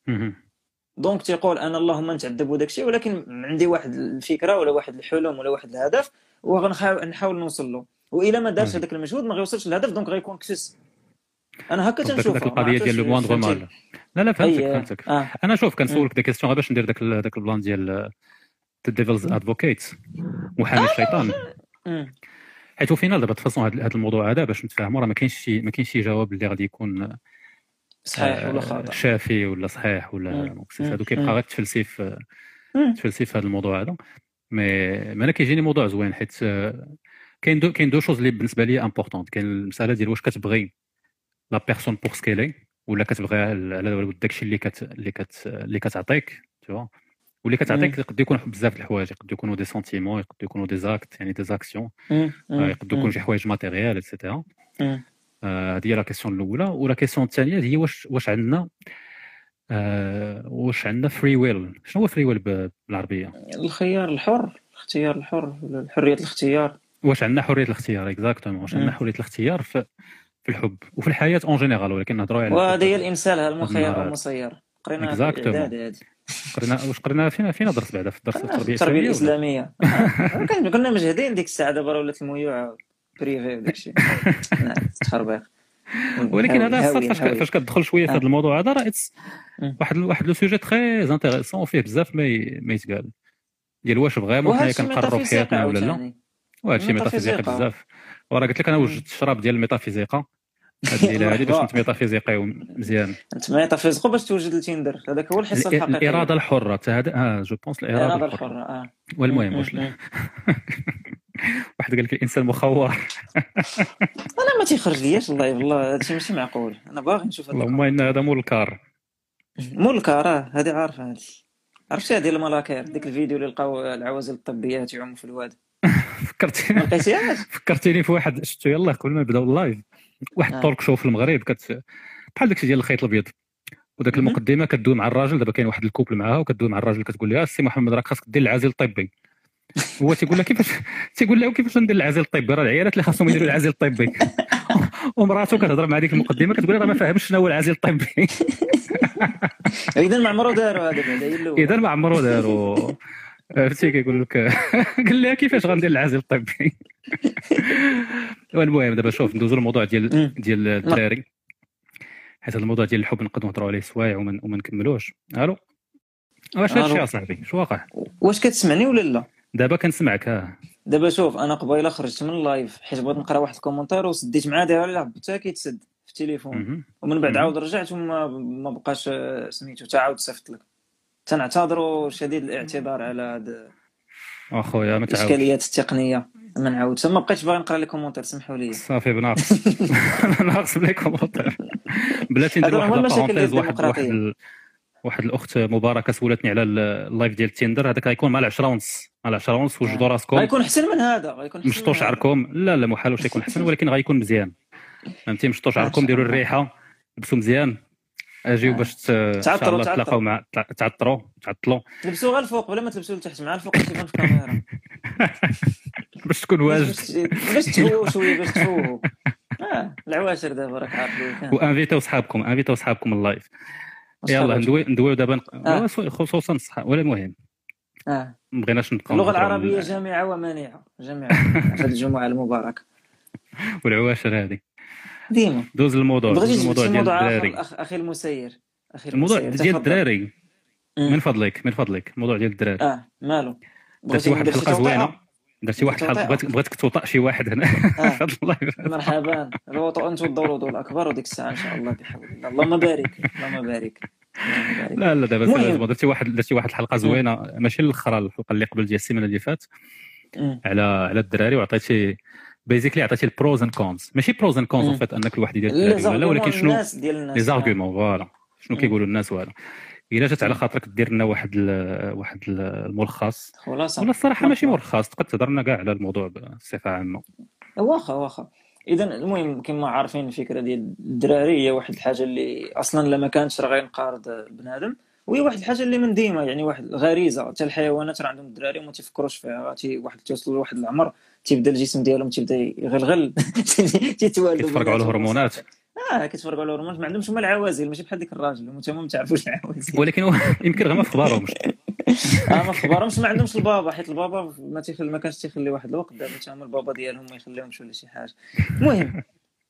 دونك تيقول انا اللهم نتعذب وداك الشيء، ولكن عندي واحد الفكره ولا واحد الحلم ولا واحد الهدف وغنحاول نوصل له، والا ما دارش هذاك المجهود ما غيوصلش للهدف، دونك غيكون كسس. انا هكا تنشوفها. داك القضيه ديال لو موندغ مال. لا فهمتك. انا شوف كنسولك ديك كيسيون باش ندير داك البلان ديال ديفلز ادفوكيت محامي الشيطان. حيت فينا دابا تفصلوا هذا الموضوع هذا باش نتفاهموا، راه ما كاينش شي جواب اللي غادي يكون صحيح ولا خاطئ، شافي ولا صحيح ولا مكسس. هادو كيبقى غير تفلسف هذا الموضوع هذا. مي انا كيجيني موضوع زوين حيت كاين دو شوز اللي بالنسبه لي امبورطونط. كاين المساله ديال واش كتبغي لا بيرسون بور سكيلي ولا كتبغيها على داكشي اللي كتعطيك تو، واللي كتعطيك يقدر يكون بزاف د الحوايج، يقدر يكونوا دي سونتيمون، يقدر يكونوا دي زاكت يعني دي زاكسيون، يقدر يكون شي حوايج ماتيريال ايتترا. هذه هي لا كيسيون الاولى. ولا كيسيون الثانيه هي واش عندنا فري ويل. شنو هو فري ويل بالعربيه؟ الخيار الحر، الاختيار الحر، حريه الاختيار. واش عندنا حريه الاختيار؟ اكزاكتومون. واش عندنا حريه الاختيار في الحب وفي الحياه اون جينيرال؟ ولكن نهضروا على وهذا هي الامثال المخير والمسير. قرينا في الاعداد هذه. قرينا فينا درس بعدا في الدرس التربيه الاسلاميه. كنا مجهدين ديك الساعه، دابا ولات الميوعه بريفي وداكشي تخربيق. ولكن هذا فاش كتدخل شويه في هذا الموضوع هذا راه واحد لو سوجي تري انتريسون وفيه بزاف ما يتقال ديال واش فريمون حنا كنقرروا في حياتنا ولا لا. وهذا الشيء ميتافيزيقي بزاف. وراه قلت لك انا وجدت الشراب ديال الميتافيزيقا هذه باش انت ميتافيزيقي مزيان. انت ميتافيزيقي باش توجد التيندر، هذاك هو الحصه الحقيقيه. الاراده الحره هذا جو بونس الاراده الحره. والمهم واش واحد قال لك الانسان مخور. انا ما تيخرج لياش والله هادشي ماشي معقول. انا باغي نشوف اللهم ان هذا مول الكار هذه عارفه. عرفتي هذه الملاكير ديك الفيديو اللي لقاو العوازل الطبيات يعوموا في الواد؟ فكرتيني في واحد شفتو يلاه قبل ما نبداو اللايف، واحد التورك شو في المغرب بحال داكشي ديال الخيط الابيض. وداك المقدمه كدوي مع الراجل. دابا كاين واحد الكوبل معاها وكدوي مع الراجل كتقول لها السي محمد راه خاصك دير العزل الطبي. هو تيقول لها كيفاش، تيقول لها كيفاش ندير العزل الطبي، راه العيالات اللي خاصهم يديروا العزل الطبي. ومراته كتهضر مع ديك المقدمه كتقول لها راه ما فاهمش شنو هو العزل الطبي. اذا ما عمرو داروا هذا بعدا الا اذا ما عمرو داروا. عرفتي كيقول لك قال لها كيفاش غندير العزل الطبي. المهم دابا شوف ندوزو الموضوع ديال الدراري، حيت هذا الموضوع ديال الحب نقدروا نهضروا عليه سوايع وما نكملوش. الو واش هادشي اصاحبي شو واقع؟ واش كتسمعني ولا لا؟ دابا كنسمعك. دابا شوف انا قبيله خرجت من اللايف حيت بغيت نقرا واحد الكومونتير وسديت معاه داير على حتى كيتسد في التليفون، ومن بعد عاود رجعت وما بقاش سميتو حتى عاود صيفط لك. تنعتذروا شديد الاعتذار على هاد اخويا ما تعاودش الاشكاليات التقنيه، ما نعاودش. ما بقيتش باغي نقرا لي كومونتير، سمحوا لي. صافي بناقص. ناقص بلي كومونتير. بلاتي ندير واحد البارونتيز. واحد الاخت مباركه سولتني على اللايف ديال تيندر، هذاك غيكون مع 10:30 وجدوا راسكم. غيكون احسن من هذا، غيكون احسن. مشطوا شعركم. لا محال واش يكون احسن، ولكن غيكون مزيان. فهمتي؟ مشطوا شعركم، ديروا الريحه، لبسوا مزيان، اجيو باش ان شاء الله تلاقاو مع تعطلوا. تلبسوا غير الفوق بلا ما تلبسوا لتحت، مع الفوق تيكون في الكاميرا باش تكون واجد، باش تفوقوا شويه، باش تفوقوا. العواشر دابا راك عارف. وانفيتاو صحابكم اللايف. يلا ندويو دابا خصوصا الصحه. ولا المهم ما بغيناش نبقاو. اللغه العربيه جامعه ومانعه، جامعه هذه الجمعه المباركه. والعواشر هذه ديما دوز الموضوع ديال الدراري. اخي المسير، الموضوع ديال الدراري من فضلك الموضوع ديال الدراري. مالو درتي واحد الحلقه زوينه، درتي واحد الحلقه بغيتك توطأ شي واحد هنا. مرحبا. انتو الدور الاكبر وديك الساعه ان شاء الله بحول الله. اللهم بارك. لا دابا لازم درتي واحد الحلقه زوينه، ماشي الاخرى، الحلقه اللي قبل ديال السيمانه اللي فات، على الدراري، وعطيتي بيزيكلي عطيتي البروز اند كونز. ماشي بروز اند كونز فات انك الواحد يدير الدراري، لا، ولكن شنو لي زارغومون، فوالا شنو كيقولوا الناس. وهذا الا جات على خاطرك دير لنا واحد الملخص، ولا الصراحه ماشي ملخص، تقدر تهضر لنا كاع على الموضوع بصفه عامه. واخا. اذا المهم كما عارفين الفكره ديال الدراري هي واحد الحاجه اللي اصلا لما كانتش راه غينقارض بنادم، وهي واحد الحاجه اللي من ديما، يعني واحد الغريزه. حتى الحيوانات راه عندهم الدراري وما تيفكروش فيها. واحد توصل لواحد العمر تيبدا الجسم ديالهم تيبدا يغلغل. تيتوالدوا، كيتفرقوا على الهرمونات. كيتفرقوا على الهرمونات. ما عندهمش هما العوازل، ماشي بحال ديك الراجل، هما ما تعرفوش العوازل. ولكن يمكن غير ما في خبارهمش. ما في خبارهمش، ما عندهمش البابا، حيت البابا ما كانش تيخلي واحد الوقت. دابا هما البابا ديالهم ما يخليهمش ولا شي حاجه. المهم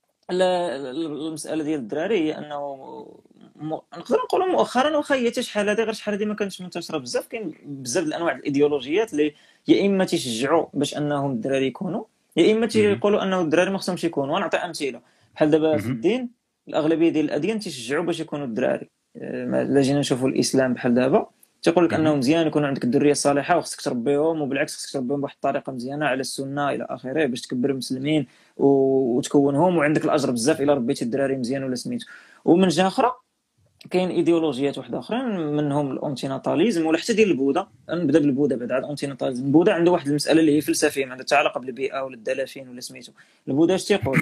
المساله ديال الدراري هي انه نقدر نقولوا مؤخرا، واخا هي حتى شحال هذه غير شحال هذه ما كانتش منتشره بزاف. كاين بزاف د الانواع الايديولوجيات اللي يا اما تيشجعوا باش انهم الدراري يكونوا، يا اما تيقولوا انه الدراري ما خصهمش يكونوا. ونعطي امثله بحال دابا في الدين، الاغلبيه ديال الاديان تيشجعوا باش يكونوا الدراري. الا جينا نشوفوا الاسلام بحال دابا تيقول لك انه مزيان يكون عندك الذريه الصالحه وخصك تربيهم، وبالعكس خصك تربيهم بواحد الطريقه مزيانه على السنه الى اخره باش تكبر المسلمين وتكونهم، وعندك الاجر بزاف الا ربيتي الدراري مزيان ولا سميتو. ومن جهه اخرى كاين ايديولوجيات واحده اخرى منهم الانتيناتاليزم، ولا حتى ديال البوذا. نبدا بالبوذا بعد عاد الانتيناتاليزم. البوذا عنده واحد المساله اللي هي فلسفيه، ما عندها حتى علاقه بالبيئه ولا الدلافين ولا سميتو. البوذا اش تيقول؟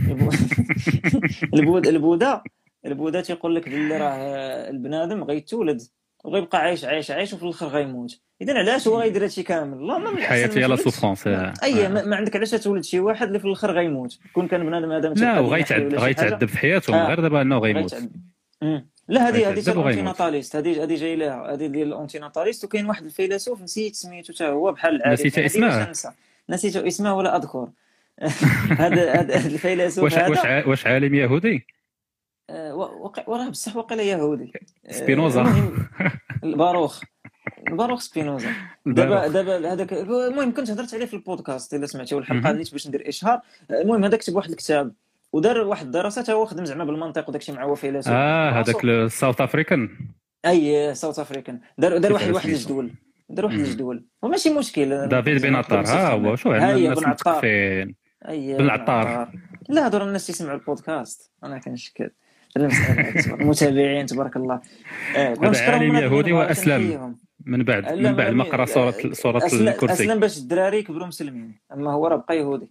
البوذا تيقول لك باللي راه البنادم غيتولد وغيبقى عايش وفي الاخر غيموت. اذا علاش هو غيدير هادشي كامل؟ الله ما الحياه هي لا سوفرونس. ما عندك علاش تولد شي واحد اللي في الاخر غيموت؟ كون كان بنادم هذا لا وغيتعذب في حياتهم غير دابا انه غيموت. لا هذه الانتيناتاليست، هذه جاي لها، هذه ديال الانتيناتاليست. وكاين واحد الفيلسوف نسيت سميتو حتى هو بحال العادي، نسيت اسمه ولا اذكر. هذا الفيلسوف هذا واش عالم يهودي؟ وراه بصح وقيله يهودي. سبينوزا. الباروخ سبينوزا. دابا هذاك المهم كنت هضرت عليه في البودكاست الا سمعتيه الحلقه ديت باش ندير اشهار. المهم هذا كتب واحد الكتاب ودار واحد الدراسات، هو خدم زعما بالمنطق وداكشي مع هو فيلسوف. هذاك الساوث افريكان. ساوث افريكان. دار واحد الجدول. وماشي مشكل. دافيد بنعطار. هو شو عندنا الناس متقفين. بنعطار. لا هضر الناس يسمعوا البودكاست، انا كنشكل المتابعين تبارك الله. عالم يهودي واسلم من بعد ما قرا سوره الكرسي. اسلم باش الدراري يكبروا مسلمين، اما هو راه بقى يهودي.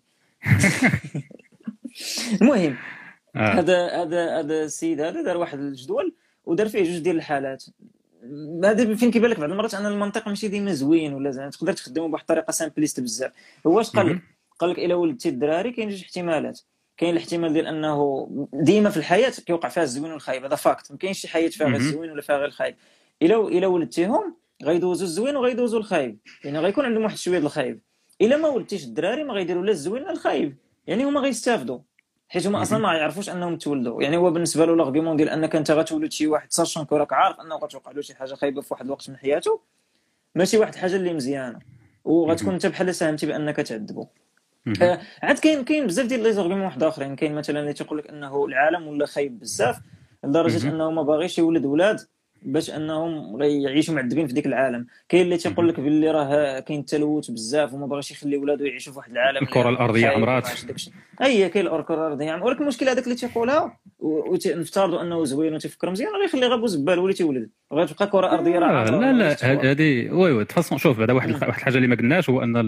المهم هذا السيد هذا دار واحد الجدول ودار فيه جوج ديال الحالات. هذا فين كيبان لك بعض المرات ان المنطق ماشي ديما زوين، ولا زعما تقدر تخدمه بواحد الطريقه سامبليست بزاف. هو اش قال لك الا ولدتي الدراري كاين جوج احتمالات. كاين الاحتمال ديال انه ديما في الحياه كيوقع فيها الزوين والخايب، هذا فاكت، ما كاينش شي حياه فيها غير الزوين ولا فيها غير الخايب. الا ولدتيهم غيدوزوا الزوين وغيدوزوا الخايب، يعني غيكون عندهم واحد شويه ديال الخايب. الا ما ولدتيش الدراري ما غيديروا لا الزوين لا الخايب، يعني هما غيستافدوا حيت هما اصلا ما يعرفوش انهم تولدوا. يعني هو بالنسبه له لاغيمون ديال انك انت غتولد شي واحد ساشون كو راك عارف انه غتوقع له شي حاجه خايبه في واحد الوقت من حياته، ماشي واحد الحاجه اللي مزيانه، وغتكون انت بحال ساهمتي بانك تعذبه. عاد كاين بزاف ديال لي زارغيمون واحد اخرين. كاين مثلا اللي تيقول لك انه العالم ولا خايب بزاف لدرجه انه ما باغيش يولد ولاد باش انهم يعيشوا معذبين في ديك العالم. كاين اللي تيقول لك باللي راه كاين التلوث بزاف وما باغيش يخلي ولادو يعيشوا في واحد العالم الكره الارضيه عمرات. كاين الكره الارضيه عمرات. ولكن المشكل هذاك اللي تيقولها ونفترضوا انه زوين وتفكر مزيان غيخلي غابو زبال ولا تيولد غتبقى كره ارضيه راه لا هذه وي تفاصيل. شوف بعدا واحد الحاجه اللي ما قلناش هو ان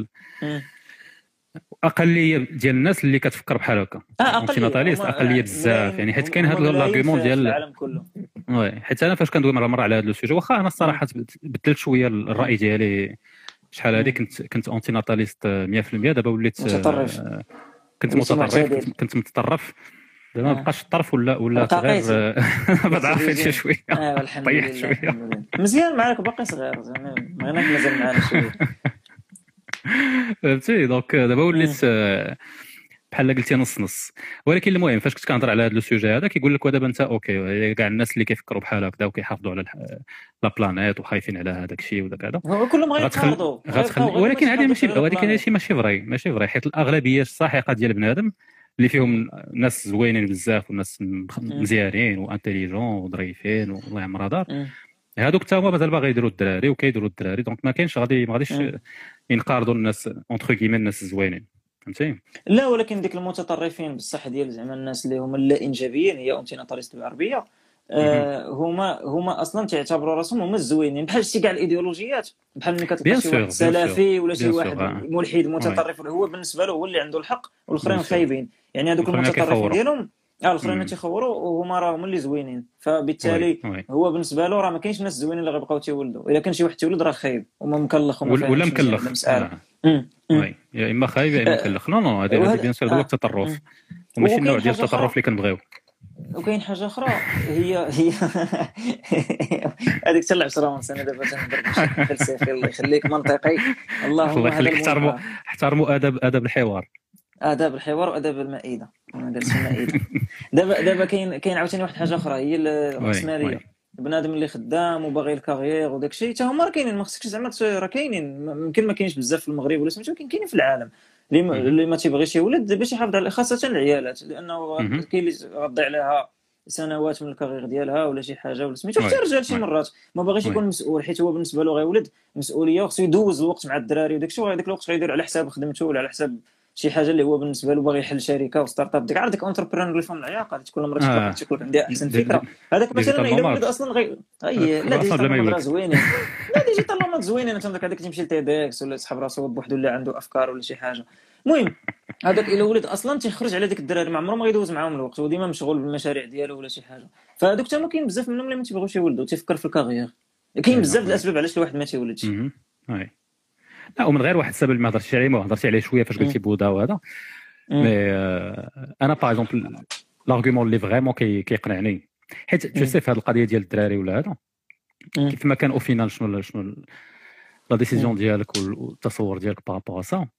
اقليه ديال الناس اللي كتفكر بحال هكا انتيناتاليست اقليه بزاف. يعني حيت كاين هذا الارغيومون ديال العالم كله. وي حيت انا فاش كندوي مره على هذا السوجي، واخا انا الصراحه بدلت شويه الراي ديالي شحال هذه كنت انتيناتاليست 100%، دابا وليت متطرف. كنت متطرف. دابا ما بقاش الطرف ولا غير ضعفت شويه طيحت شويه. مزيان معاك باقي صغير زعما بغيناك مازال معانا شويه. فهمتي دونك دابا وليت بحال قلتي نص. ولكن المهم فاش كنت كنهضر على هذا السوجي هذا كيقول لك ودابا انت اوكي كاع الناس اللي كيفكروا بحال هكذا وكيحافظوا على لا بلانيت وخايفين على هذاك الشيء وداك هذا هو كلهم غيتعارضوا. ولكن هذه ماشي فري حيت الاغلبيه الساحقه ديال بنادم اللي فيهم ناس زوينين بزاف وناس مزيانين وانتيليجون وظريفين والله يعمر دار، هذوك حتى هما مازال باغي يديروا الدراري وكيديروا الدراري. دونك ما غاديش ينقارضوا الناس اونتر كيمين الناس الزوينين، فهمتي؟ لا ولكن ديك المتطرفين بصح ديال زعما الناس اللي هما لا انجابيين، هي انتيناتاليست بالعربيه، هما اصلا تعتبروا راسهم هما الزوينين بحال شي كاع الايديولوجيات. بحال ملي كتلقى شي واحد سلفي ولا شي واحد ملحد متطرف هو بالنسبه له هو اللي عنده الحق والاخرين خايبين. يعني هذوك المتطرفين ديالهم الاخرين تيخوروا وهما راهم اللي زوينين. فبالتالي هو بالنسبه له راه ما كاينش ناس زوينين اللي غيبقاو تيولدوا. الا كان شي واحد تيولد راه خايب وما مكلخ ولا مكلخ. وي يا اما خايب يا اما مكلخ. نو هذا بيان سور هو التطرف وماشي النوع ديال التطرف اللي كنبغيو. وكاين حاجه اخرى هي هذيك حتى العشره سنه دابا تنهضر بشكل فلسفي. الله يخليك منطقي. الله يخليك احترموا ادب الحوار. آداب الحوار وآداب المائدة. أنا درت المائدة. دابا كاين عاوتاني واحد حاجة أخرى هي الرأسمالية. بنادم اللي خدام وباغي الكارير وداك الشيء حتى هما راه كاينين. ما خصكش زعما راه كاينين. ممكن ما كاينش بزاف في المغرب ولا سميتو، ولكن كاينين في العالم اللي ما تيبغيش يولد باش يحافظ على خاصة العيالات، لأنه كاين اللي غضي عليها سنوات من الكارير ديالها ولا شي حاجة ولا سميتو. حتى الرجال شي مرات ما باغيش يكون مسؤول حيت هو بالنسبة له غيولد مسؤولية وخصو يدوز الوقت مع الدراري وداك الشيء، وهذاك الوقت غيدير على حساب خدمته ولا على حساب شي حاجه اللي هو بالنسبه له باغي يحل شركه وستارت اب. ديك عرفت ديك انتربرونور اللي فهم العياقه كل مره تيكون عندها احسن فكره. هذاك مثلا الا ولد اصلا لا ديجيتال زوينين. لا ديجيتال نوماد زوينين. انت عندك هذاك تيمشي لتيدكس ولا يسحب راسو بوحدو اللي عنده افكار ولا شي حاجه. المهم هذاك الا ولد اصلا تيخرج على ديك الدراري ما عمره ما يدوز معاهم الوقت، هو ديما مشغول بالمشاريع ديالو ولا شي حاجه. فهذوك حتى كاين بزاف منهم اللي ما تيبغوش يولدوا تيفكر في الكارير. كاين بزاف الاسباب علاش الواحد ما تيولدش. لا ومن غير واحد السبب اللي ما هضرتش عليه، ما هضرتي عليه شويه فاش قلتي بودا وهذا. مي انا باغ اكزومبل لارغومون اللي فريمون كيقنعني حيت جو سي في هذه القضيه ديال الدراري ولا هذا كيف ما كان او فينال شنو لا ديسيزيون ديالك والتصور ديالك بارابور سا.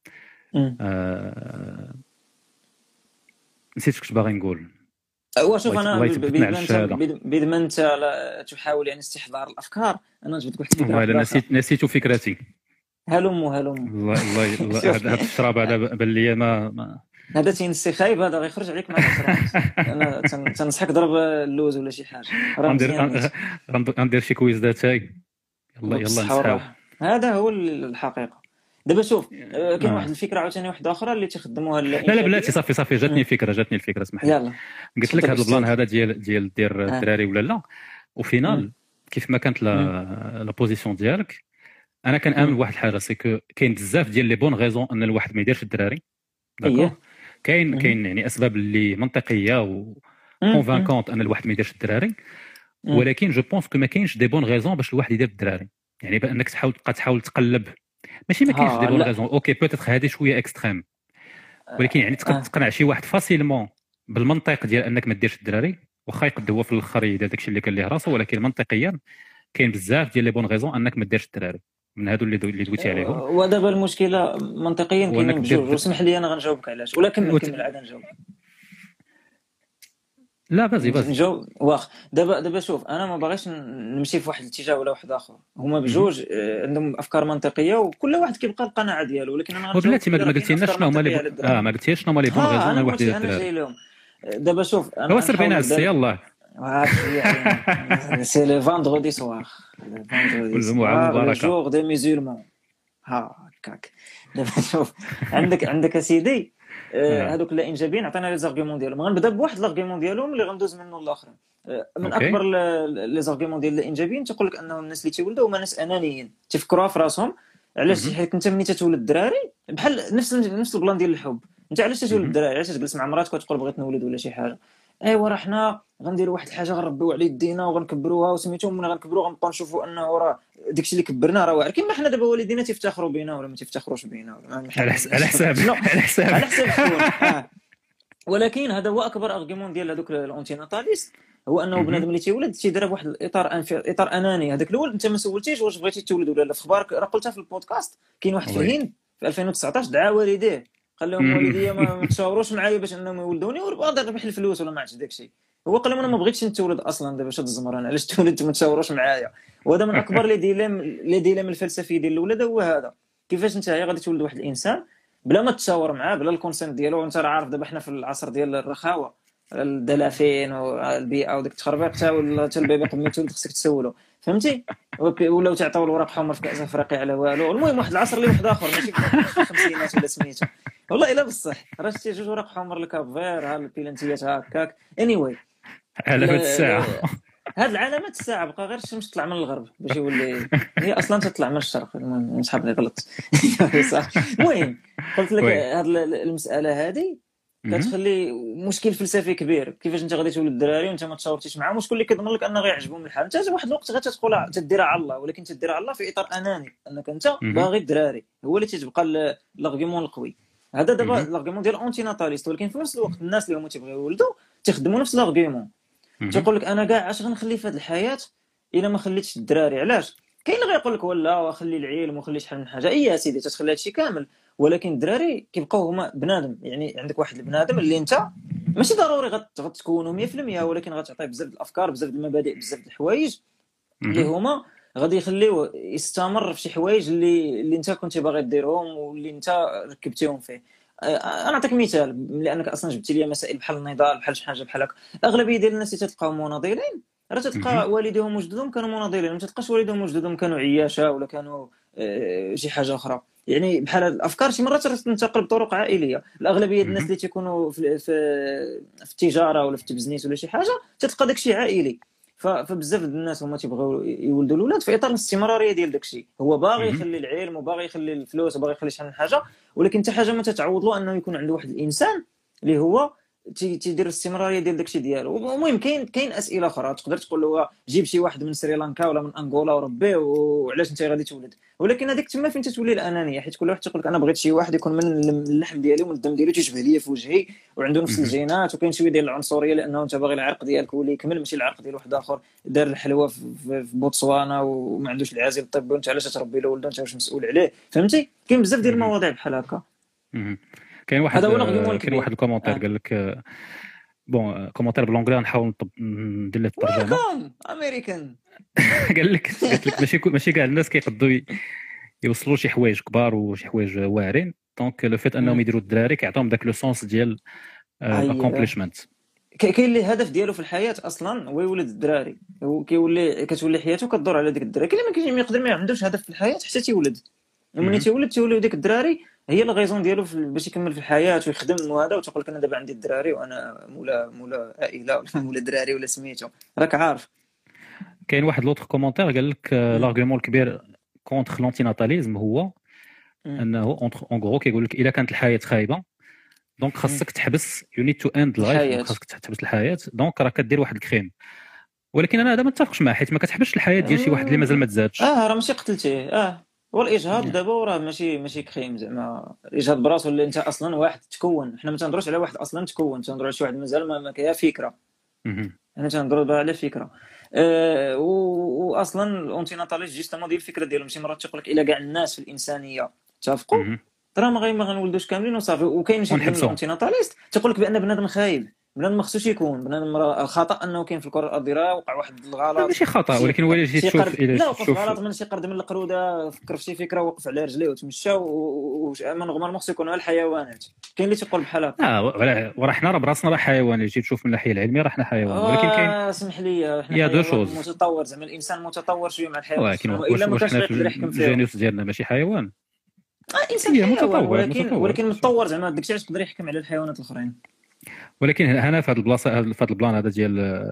نسيت كنت باغي نقول. شوف انا بيد ما انت تحاول يعني استحضار الافكار، انا جبت واحد الفكره. نسيت فكرتي. هلم والله هذا الشراب هذا بان لي ما هذا تينسي خايب، هذا غيخرج عليك مع الشراب. انا تنصحك ضرب اللوز ولا شي حاجه. غندير شي كويز داتاي. يلا نسحاو. هذا هو الحقيقه. دابا شوف كاين واحد الفكره عاوتاني واحده اخرى اللي تيخدموها. لا بلاتي صافي جاتني الفكره اسمح لي. يلا قلت لك هذا البلان هذا ديال دير الدراري ولا لا، وفينال كيف ما كانت لا بوزيسيون ديالك انا كنامن بواحد الحاجه سي كو كاين بزاف ديال لي بون غيزون ان الواحد ما يديرش الدراري. داكوغ كاين يعني اسباب اللي منطقيه و كونفانكونت ان الواحد ما يديرش الدراري، ولكن جو بونس كو ما كاينش دي بون غيزون باش الواحد يدير الدراري، يعني بانك تحاول تقلب، ماشي ما كاينش دي بون غيزون. اوكي بوتيتر هذه شويه اكستريم، ولكن يعني تقنع شي واحد فاسيلمون بالمنطق ديال انك ما ديرش الدراري، واخا يقد هو في الاخر يدير داكشي اللي كان ليه راسه، ولكن منطقيا كاين بزاف ديال لي بون غيزون انك ما ديرش الدراري من هادو اللي دويتي عليهم. ودابا المشكله منطقيا كاينين بجوج، واسمح لي انا غنجاوبك علاش، ولكن نكمل عاد نجاوب. لا بازي نجاوب واخ. دابا شوف، انا ما باغيش نمشي في واحد الاتجاه ولا واحد اخر، هما بجوج عندهم افكار منطقيه وكل واحد كيبقى القناعه ديالو، ولكن انا بلاتي ما قلتيناش شنو هما لي ما قلتيش شنو هما لي بون غيزون الواحد يدير انا جاي لهم. دابا شوف انا سير بينا يلاه سي لو فاندردي سوار، الجمعه مباركه، جور دي ميزولمون هكاك. دابا شوف، عندك اسيدي هذوك الانجابيين عطينا لي زارغيومون ديالهم. غنبدا بواحد لارغيومون ديالهم اللي غندوز منه الاخر. من اكبر لي زارغيومون ديال الانجابيين تيقول لك انه الناس اللي تيولدوا هما ناس انانيين، تيفكروها في راسهم. علاش؟ حيت انت ملي تتولد الدراري بحال نفس البلان ديال الحب. انت علاش تتولد الدراري؟ علاش تجلس مع مراتك وتقول بغيت نولد ولا شي حاجه؟ ايوا راه حنا غنديروا واحد الحاجه غنربيو على يدينا وغنكبروها وسميتو، من غنكبروا غنبقاو نشوفوا انه راه داكشي اللي كبرنا راه واعر. كيما حنا دابا والدينا تيفتخروا بينا ولا ما تيفتخروش بينا على حساب ولكن هذا هو اكبر ارغيومون ديال هذوك الانتيناتاليست، هو انه بنادم اللي تيولد تيديرها بواحد الاطار اناني. هذاك الاول انت ما سولتيش واش بغيتي تولد ولا لا. في اخبارك راه قلتها في البودكاست، كاين واحد في الهند في 2019 دعا والديه قال لهم والديا ما تشاوروش معايا باش انهم يولدوني وبغا ربح الفلوس ولا ما عرفتش داكشي. هو قال لهم انا ما بغيتش نتولد اصلا، دابا شاد الزمر انا علاش تولدت ما تشاوروش معايا. وهذا من اكبر لي ديلام الفلسفي ديال الولاده هو هذا. كيفاش انت غادي تولد واحد الانسان بلا ما تشاور معاه، بلا الكونسنت ديالو. وانت راه عارف دابا حنا في العصر ديال الرخاوه، الدلافين والبيئه وديك التخربيق، حتى البيبي قبل ما يتولد خصك تسولو، فهمتي؟ ولاو تعطيو الوراق حمر في كاس افريقيا على والو. المهم واحد العصر اللي واحد اخر ماشي في الخمسينات ولا سميتو، والله الا بصح راه شتي جوج وراق حمر لكاب فير، ها البيلانتيات هكاك. anyway علامات الساعه، هاد العلامات الساعه بقى غير الشمس تطلع من الغرب باش يولي، هي اصلا تطلع من الشرق. المهم نسحب لي غلط. المهم قلت لك هاد المساله هذه كتخلي مشكل فلسفي كبير. كيفاش انت غادي تولد الدراري وانت ما تشاورتيش معاهم؟ وشكون اللي كيضمن لك انه غيعجبهم الحال؟ انت واحد الوقت غتقولها تديرها على الله، ولكن تديرها على الله في اطار اناني انك انت باغي الدراري، هو اللي تتبقى الارغيومون القوي. هذا دابا الارغيومون ديال الانتي ناتاليست، ولكن في نفس الوقت الناس اللي هما تيبغيو يولدوا تخدموا نفس الارغيومون. تيقول لك انا كاع اش غنخلي في هذه الحياه الا ما خليتش الدراري. علاش؟ كاين اللي غيقول لك ولا وخلي العلم وخلي شحال من حاجه. اي يا سيدي تتخلي هادشي كامل، ولكن الدراري كيبقاو هما بنادم. يعني عندك واحد البنادم اللي انت ماشي ضروري غتكونوا 100%، ولكن غتعطيه بزاف الافكار، بزاف المبادئ، بزاف الحوايج اللي هما غادي يخليوه يستمر في شي حوايج اللي انت كنتي باغي ديرهم واللي انت ركبتيهم فيه. انا نعطيك مثال، لانك اصلا جبتي لي مسائل بحال النضال بحال شي حاجه بحال هكا. اغلبيه ديال الناس اللي تتلقاو مناضلين راه تتلقى والديهم وجدودهم كانوا مناضلين، ما تتلقاش والديهم وجدودهم كانوا عياشه ولا كانوا شي حاجه اخرى. يعني بحال هاد الافكار شي مرات تنتقل بطرق عائليه. الاغلبيه ديال الناس اللي تيكونوا في التجاره ولا في التبزنيس ولا شي حاجه تتلقى داكشي عائلي. فبزاف ديال الناس هما تيبغيو يولدوا الاولاد في اطار الاستمراريه ديال داكشي. هو باغي يخلي العلم وباغي يخلي الفلوس وباغي يخلي شحال من حاجه، ولكن حتى حاجه ما تتعوض له انه يكون عنده واحد الانسان اللي هو تيدير الاستمراريه ديال داكشي ديالو. المهم كاين اسئله اخرى تقدر تقول له جيب شي واحد من سريلانكا ولا من انغولا وربيه، وعلاش انت غادي تولد؟ ولكن هذيك تما فين تتولي الانانيه، حيت كل واحد تيقول لك انا بغيت شي واحد يكون من اللحم ديالي ومن الدم ديالي تيشبه ليا في وجهي وعنده نفس الجينات. وكاين شويه ديال العنصريه لانه انت باغي العرق ديالك هو اللي يكمل ماشي العرق ديال واحد اخر دار الحلوه في بوتسوانا وما عندوش العازل الطبي وانت علاش تربي له ولد انت واش مسؤول عليه؟ فهمتي؟ كاين بزاف ديال المواضيع بحال هكا. كاين واحد الكومونتير قال لك بون كومونتير بالانجلي نحاول ندير له الترجمه امريكان. قال لك ماشي كاع الناس كيقدروا يوصلوا شي حوايج كبار وشي حوايج واعرين. دونك لو فيت انهم يديروا الدراري كيعطيهم داك لو سونس ديال الاكومبليشمنت. كاين اللي الهدف ديالو في الحياه اصلا هو يولد الدراري، هو كتولي حياته كدور على ديك الدراري. كاين ما يقدر ما عندوش هدف في الحياه حتى تيولد. ملي تيولي ديك الدراري هي الغيزون ديالو باش يكمل في الحياه ويخدم وهذا. وتقول لك انا دابا عندي الدراري وانا مولا عائله ولا مولا دراري ولا سميتو، راك عارف. كاين واحد لوطر كومونتير قال لك لارغيومون الكبير كونتر لونتيناتاليزم هو انه اون غرو كيقول لك الا كانت الحياه خايبه دونك خاصك تحبس، يو نيد تو اند لايف، خاصك تحبس الحياه. دونك راه كدير واحد الكريم ولكن انا هذا ما نتفقش معاه، حيت ما كتحبسش الحياه ديال شي واحد اللي مازال ما تزادش. راه ماشي قتلتيه. والاجهاض دابا راه ماشي كريم زعما. الاجهاض براسو اللي انت اصلا واحد تكون، حنا ما تنهضروش على واحد اصلا تكون، تنهضروا على شي واحد مازال ما كاينه فكره. انا تنهضروا دابا على فكره. واصلا الاونتي ناتاليست جوستومون ديال الفكره ديالهم شي مرات تيقول لك الا كاع الناس في الانسانيه اتفقوا راه ما غنولدوش كاملين وصافي. وكاين شي الاونتي ناتاليست تيقول لك بان بنادم خايب، بنادم ما خصوش يكون بنادم. الخطا انه كاين في الكره الارضيه راه وقع واحد الغلط، ماشي خطا، ولكن ولا جيت تشوف لا وقف غلط من شي قرد من القروده، فكر في شي فكره وقف على رجليه وتمشى. ما خصو يكونوا الحيوانات. كاين اللي تيقول بحال هكا. وراه حنا راه براسنا راه حيوان، جيت تشوف من الناحيه العلميه راه حنا حيوان، ولكن كاين اسمح لي حنا متطور زعما الانسان متطور شويه مع الحيوان. ولكن واش حنا في الجينيوس ديالنا ماشي حيوان؟ انسان متطور ولكن متطور زعما داكشي علاش يقدر يحكم على الحيوانات الاخرين. ولكن هنا في هذه البلاصه، في هذا البلان هذا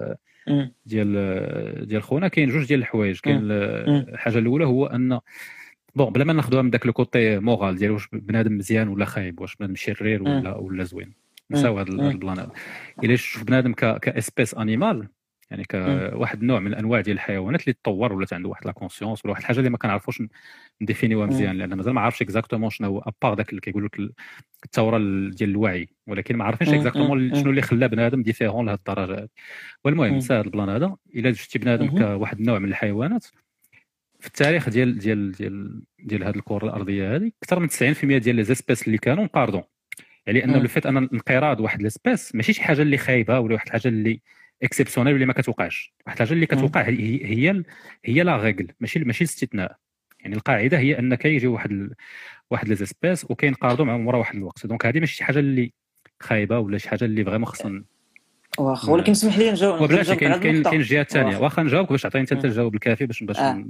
ديال خونا كاين جوج ديال الحوايج. كاين الحاجه الاولى هو ان بلا ما ناخذوها من داك الكوتي مورال ديال واش بنادم مزيان ولا خايب، واش بنادم شرير ولا زوين، نساو هذا البلان هذا. الا شوف بنادم كاسبيس انيمال، يعني كواحد النوع من الانواع ديال الحيوانات اللي تطور ولات عنده واحد لا كونسيونس ولا واحد الحاجه اللي ما كنعرفوش نديفينيوها مزيان، لان مازال ما عارفش اكزاكتومون شنو هو ابار داك اللي كيقول لك الثوره ديال الوعي، ولكن ما عارفينش اكزاكتومون شنو اللي خلى بنادم ديفيرون لهاد الدرجه هذه. والمهم سا هذا البلان هذا الا شفتي بنادم كواحد النوع من الحيوانات في التاريخ ديال هذه الكره الارضيه هذه، اكثر من 90% ديال لي زيسبيس اللي كانوا انقرضوا. يعني ان لو فيت ان انقراض واحد ليسبيس ماشي شي حاجه اللي خايبه ولا واحد الحاجه اللي اكسبسيونيل اللي ما كتوقعش. واحد الحاجه اللي كتوقع هي لا ريغل، ماشي الاستثناء. يعني القاعده هي ان كيجي واحد لي زيسبيس وكينقرضوا مع مورا واحد الوقت. دونك هذه ماشي شي حاجه اللي خايبه ولا شي حاجه اللي فريمون خصنا. واخا ولكن اسمح لي نجاوب. وبلاتي كاين الجهه الثانيه. واخا نجاوبك باش تعطيني انت الجواب الكافي باش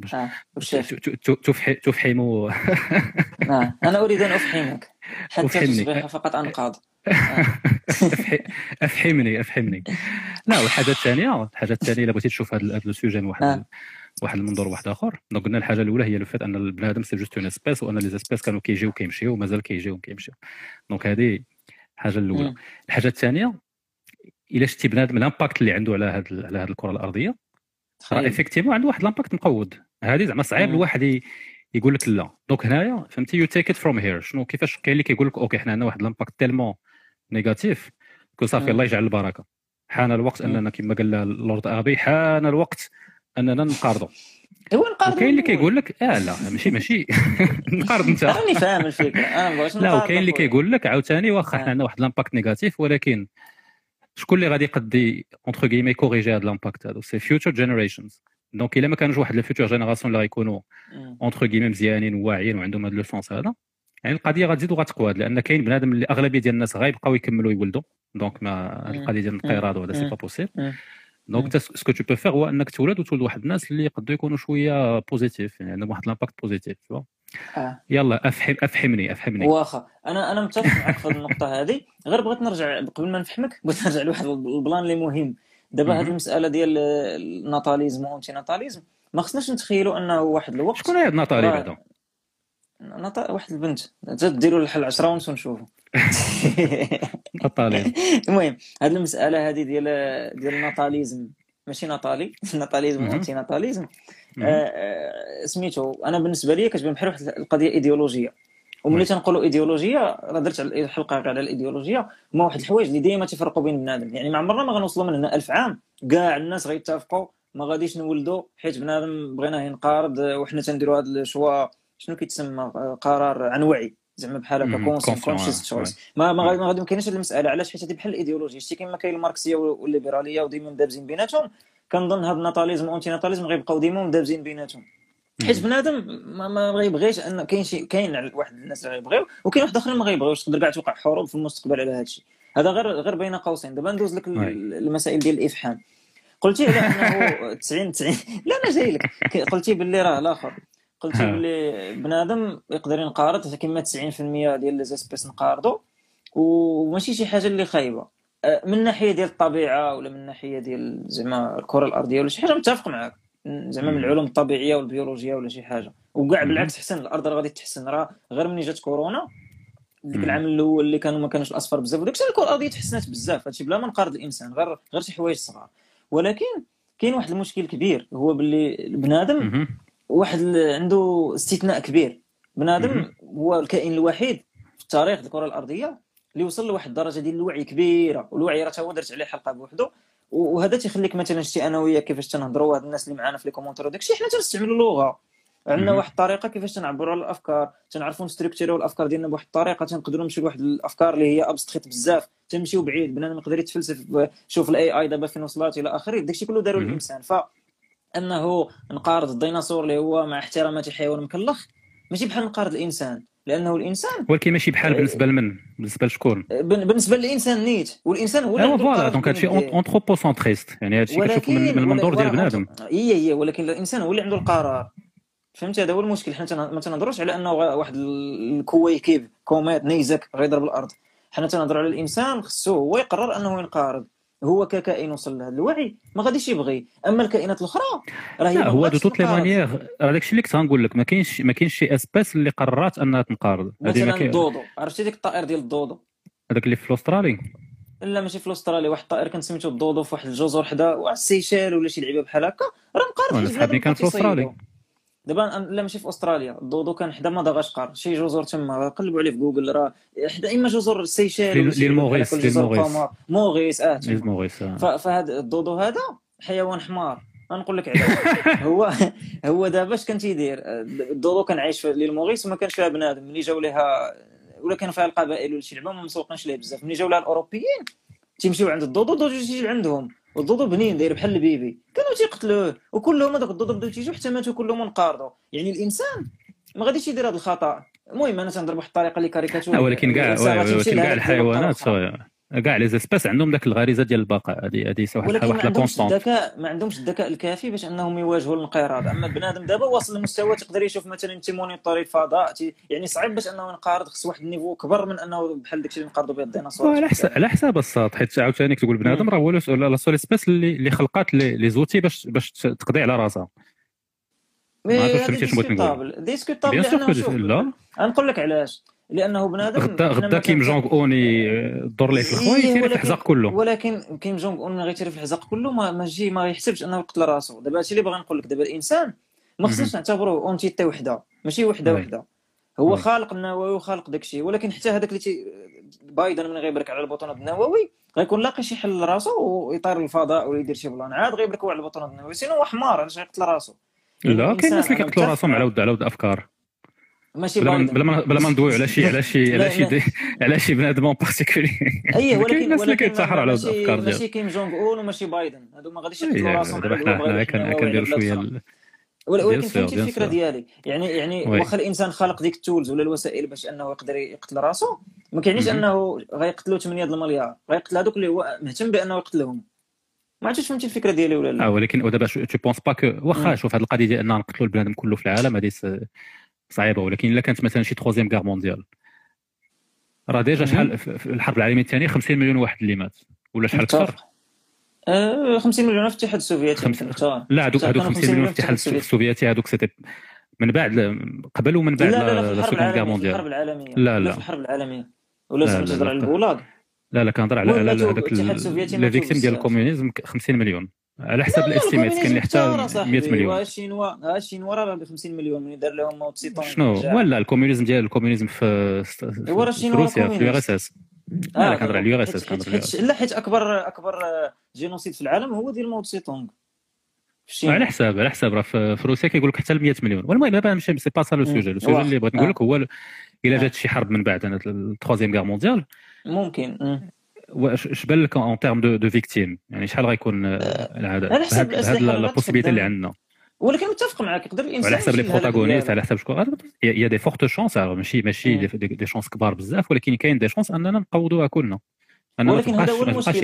تفهموا. انا اريد ان افهمك حتى تصبح فقط انقاض. افهمني. لا والحاجه الثانيه الا بغيتي تشوف هذا السوجي من واحد المنظور واحد اخر. دونك قلنا الحاجه الاولى هي الفات ان البنادم سي جوست اون اسبيس، وان لي اسبيس كانوا كيجيو وكيمشيو ومازال كيجيو وكيمشيو. دونك هذه الحاجه الاولى. الحاجه الثانيه الا شتي بنادم الامباكت اللي عنده على هذه الكره الارضيه، راه افيكتيفمون عنده واحد الامباكت مقود. هذه زعما صعيب الواحد يقول لك لا. دونك هنايا فهمتي يو تيك ات فروم هير. شنو كيفاش كاين اللي كيقول لك اوكي حنا عندنا واحد الامباكت تيلمون نيجاتيف كل صافي الله يجعل البركه، حان الوقت اننا كما قال اللورد ابي حان الوقت اننا نقارضوا. كاين اللي كيقول لك لا ماشي نقارض انت. راني فاهم الفكره، انا بغيت نقارض. لا وكاين اللي كيقول لك عاوتاني واخا حنا عندنا واحد الامباكت نيجاتيف، ولكن شكون اللي غادي يقدي اونتر كيمي كوريجي هذا الامباكت هذا؟ سي فيوتشر جينيريشنز. دونك الا ما كانوش واحد الفيوتشر جينيراسيون اللي غيكونوا اونتر كيمي مزيانين وواعيين وعندهم هذا لو سونس هذا، يعني القضيه غتزيد وغتقوى. لان كاين بنادم اللي اغلبيه ديال الناس غيبقاو يكملوا يولدوا. دونك ما القضيه ديال الانقراض وهذا سي با بوسيبل. دونك سكو تو بو فيغ هو انك تولد واحد الناس اللي يقدروا يكونوا شويه بوزيتيف، يعني عندهم واحد الامباكت بوزيتيف. يلا افهمني. واخا انا متفق معك في النقطه هذه. غير بغيت نرجع قبل ما نفهمك، بغيت نرجع لواحد البلان اللي مهم دابا. هذه المساله ديال الناتاليزم وانتي ناتاليزم ما خصناش نتخيلوا انه واحد الوقت. شكون هذا الناتالي بعدا؟ واحد البنت تديروا الحل 10 ونسوا نشوفوا. ناتالي. المهم هذه المساله هذه ديال الناتاليزم، ماشي ناتاليزم وانتي ناتاليزم. سميتو انا بالنسبه لي كتبان بحال واحد القضيه ايديولوجيه. وملي تنقولوا ايديولوجيه راه درت الحلقه على الايديولوجيا. هما واحد الحوايج اللي ديما تفرقوا بين بنادم. يعني ما عمرنا ما غنوصلوا من هنا 1000 عام كاع الناس غيتفقوا ما غاديش نولدوا حيت بنادم بغيناه ينقرض وحنا تنديروا هذا الشوا شنو كيتسمى قرار عن وعي زعما بحال هكا كونشيس تشويس. ما غادي يمكنش هذه المساله. علاش؟ حيت هذه بحال الايديولوجيا. شتي كما كاين الماركسيه والليبراليه وديما مدابزين بيناتهم. كنظن هذا الناتاليزم وانتي ناتاليزم غيبقاو ديما مدابزين بيناتهم، حيت بنادم ما غيبغيش ان كاين واحد الناس اللي غيبغيو وكاين واحد اخرين ما غيبغيوش. تقدر كاع توقع حروب في المستقبل على هذا الشيء هذا. غير بين قوسين. دابا ندوز لك المسائل ديال الافحام. قلتي على انه 90 لا انا جاي لك. قلتي باللي راه الاخر، قلتي باللي بنادم يقدر ينقرض كما 90% ديال لي زيسبيس نقارضوا وماشي شي حاجه اللي خايبه من ناحيه ديال الطبيعه ولا من ناحيه ديال زعما الكره الارضيه ولا شي حاجه. متفق معاك زعما من العلوم الطبيعيه والبيولوجيا ولا شي حاجه. وكاع بالعكس حسن الارض راه غادي تحسن. راه غير ملي جات كورونا ديك العام الاول اللي ما كانوش الاصفر بزاف وداكشي الكره الارضيه تحسنت بزاف. هادشي بلا ما نقارض الانسان، غير شي حوايج صغار. ولكن كاين واحد المشكل كبير، هو باللي بنادم واحد عنده استثناء كبير. بنادم هو الكائن الوحيد في التاريخ الكره الارضيه اللي وصل لواحد الدرجه ديال الوعي كبيره، والوعي راه هو درت عليه حلقه بوحده. وهذا تيخليك مثلا شتي انا وياك كيفاش تنهضروا، هاد الناس اللي معانا في لي كومونتير وداكشي، حنا تنستعملوا اللغه، عندنا واحد الطريقه كيفاش تنعبروا على الافكار، تنعرفوا نستركتوريو الافكار ديالنا بواحد الطريقه، تنقدروا نمشيو لواحد الافكار اللي هي ابستريت بزاف، تنمشيو بعيد. بنادم يقدر يتفلسف، شوف الاي اي دابا فين وصلات الى اخره، داكشي كله داروا الانسان. فانه نقارض الديناصور اللي هو مع احتراماتي حيوان مكلخ، ماشي بحال نقارض الانسان، لانه الانسان ولكن ماشي بحال بالنسبه لمن، بالنسبه لشكون؟ بالنسبه للانسان نيت، والانسان هو اللي فوالا دونك هادشي اونتروبوسنتريست، يعني هادشي كتشوف من المنظور ديال بنادم. هي ولكن الانسان هو اللي عنده القرار، فهمتي؟ هذا هو المشكل. حنا ما تنهضروش على انه واحد الكويكب كوميت نيزك غيضرب الارض، حنا تنهضروا على الانسان خصو هو يقرر انه ينقارض. هو ككائن وصل لهذا الوعي ما غاديش يبغي، اما الكائنات الاخرى راه هي هو دو توت لي مانيير. راه داكشي اللي كنت غنقول لك، ما كاينش شي اسباس اللي قررت انها تنقارض. مثلا الضوضو، عرفتي ديك الطائر ديال الضوضو هذاك اللي في الاسترالي؟ لا ماشي في الاسترالي، واحد الطائر كان سميتو الضوضو في واحد الجزر حدا السيشيل ولا شي لعيبه بحال هكا، راه مقارب. انا صحابي كان في الاسترالي دابا. لا ماشي في استراليا، الضوضو كان حدا مدغشقر، شي جزر تما، قلبوا عليه في جوجل، راه حدا اما جزر السيشيل ولا شي موريس. موريس موريس. فهذا الضوضو هذا حيوان حمار، غنقول لك علاش. هو دابا اش كان تيدير؟ الضوضو كان عايش في للموريس وما كانش فيها بنادم. ملي جاو ليها ولا كان فيها القبائل ولا شي لعبه ما مسوقناش ليه بزاف، ملي جاو لها الاوروبيين تيمشيو عند الضوضو تيجي عندهم، والضوضو بنين داير بحال البيبي، كانوا تيقتلوه، وكلهم هذوك الضوضو بداو تيجيو حتى ماتوا كلهم ونقارضوا. يعني الانسان ما غاديش يدير هذا الخطا. المهم انا تنهضر بواحد الطريقه اللي كاريكاتور، ولكن كاع الحيوانات كاع لي زيسباس عندهم داك الغريزه ديال البقاء. هذه واحد لا كونستانت. ما عندهمش الذكاء الكافي باش انهم يواجهوا الانقراض. اما بنادم دابا واصل لمستوى تقدر يشوف مثلا تيمونيطوري الفضاء، يعني صعيب باش انه ينقارض، خص واحد النيفو كبر من انه بحال داكشي اللي نقارضوا به الديناصور. على حساب الساط، حيت عاوتاني كتقول بنادم راه هو لا سول اسبيس اللي خلقات لي زوتي باش تقضي على راسها. ما عرفتش فهمتي شنو بغيت نقول. ديسكوطابل لا نقول لك علاش، لانه بنادم غدا كيم جونغ اون يدور ليه في الخوي يتيري في الحزاق كله. ولكن كيم جونغ اون غيتيري في الحزاق كله ما يحسبش انه يقتل راسه. دابا هادشي اللي باغي نقول لك، دابا الانسان ما خصناش نعتبروه اونتيتي وحده، ماشي وحده. هو خالق النووي وخالق داكشي، ولكن حتى هذاك اللي بايدن من غيبرك على البطانه النووي غيكون لاقي شي حل لراسو ويطير للفضاء ولا يدير شي بلان، عاد غيبركوا على البطانه النووي، سينو هو حمار علاش غيقتل راسو. لا كاين الناس اللي كيقتلوا راسهم على ود افكار، ماشي بلا ما ندويو على شي بنادم اون بارتيكولي. اييه ولكن الناس اللي كيتسحروا على الافكار ديالهم، ماشي كيم جونغ اون وماشي بايدن، هادو ما غاديش يقتلوا راسهم. دابا حنا كنديروا شويه ولكن فهمتي الفكره ديالي، يعني واخا الانسان خلق ديك التولز ولا الوسائل باش انه يقدر يقتل راسو، ما كاينش انه غيقتلوا 8 المليار، غيقتل هذوك اللي هو مهتم بانه يقتلهم. ما عرفتش فهمتي الفكره ديالي ولا لا؟ ولكن ودابا تو بونس با كو واخا شوف هذه القضيه ديال اننا نقتلوا البنادم كله في العالم هذه صعيبه، ولكن الا كانت مثلا شي تروزيام كار مونديال، راه ديجا شحال في الحرب العالميه الثانيه 50 مليون واحد اللي مات ولا شحال اكثر. 50 مليون في الاتحاد السوفيتي. لا هذوك 50 مليون في الاتحاد السوفيتي، هذوك سيتي من بعد قبل ومن بعد لا سكوند كار مونديال. الحرب العالميه لا في الحرب العالميه ولا تهضر على البولاق. لا كنهضر على هذاك لي فيكتيم ديال الكومونيزم 50 مليون على حسب الاستيميت، كاين اللي حتى 100 مليون. الشينوا راه ب 50 مليون من دار لهم ماو تسي طون. شنو ولا الكومونيزم في روسيا في اليو ار اس اس. لا كنهضر على اليو ار اس اس. لا حيت اكبر جينوسيد في العالم هو ديال ماو تسي طونغ. على حساب راه في روسيا كيقول لك حتى 100 مليون. والمهم دابا ماشي سي با سا لو سوجي. السوجي اللي بغيت نقول لك هو الا جات شي حرب من بعد التروازيام كار مونديال ممكن واش بان لك اون تيرم دو فيكتيم، يعني شحال غيكون هاد لا بوسيبيتي اللي عندنا. ولكن متفق معك يقدر الانسان على حسب لي بروتاغونيست، على حسب شكون يا دي فورت شانس، ماشي دي شانس كبار بزاف، ولكن كاين دي شانس اننا نقودوها كلنا. ولكن هذا هو المشكل.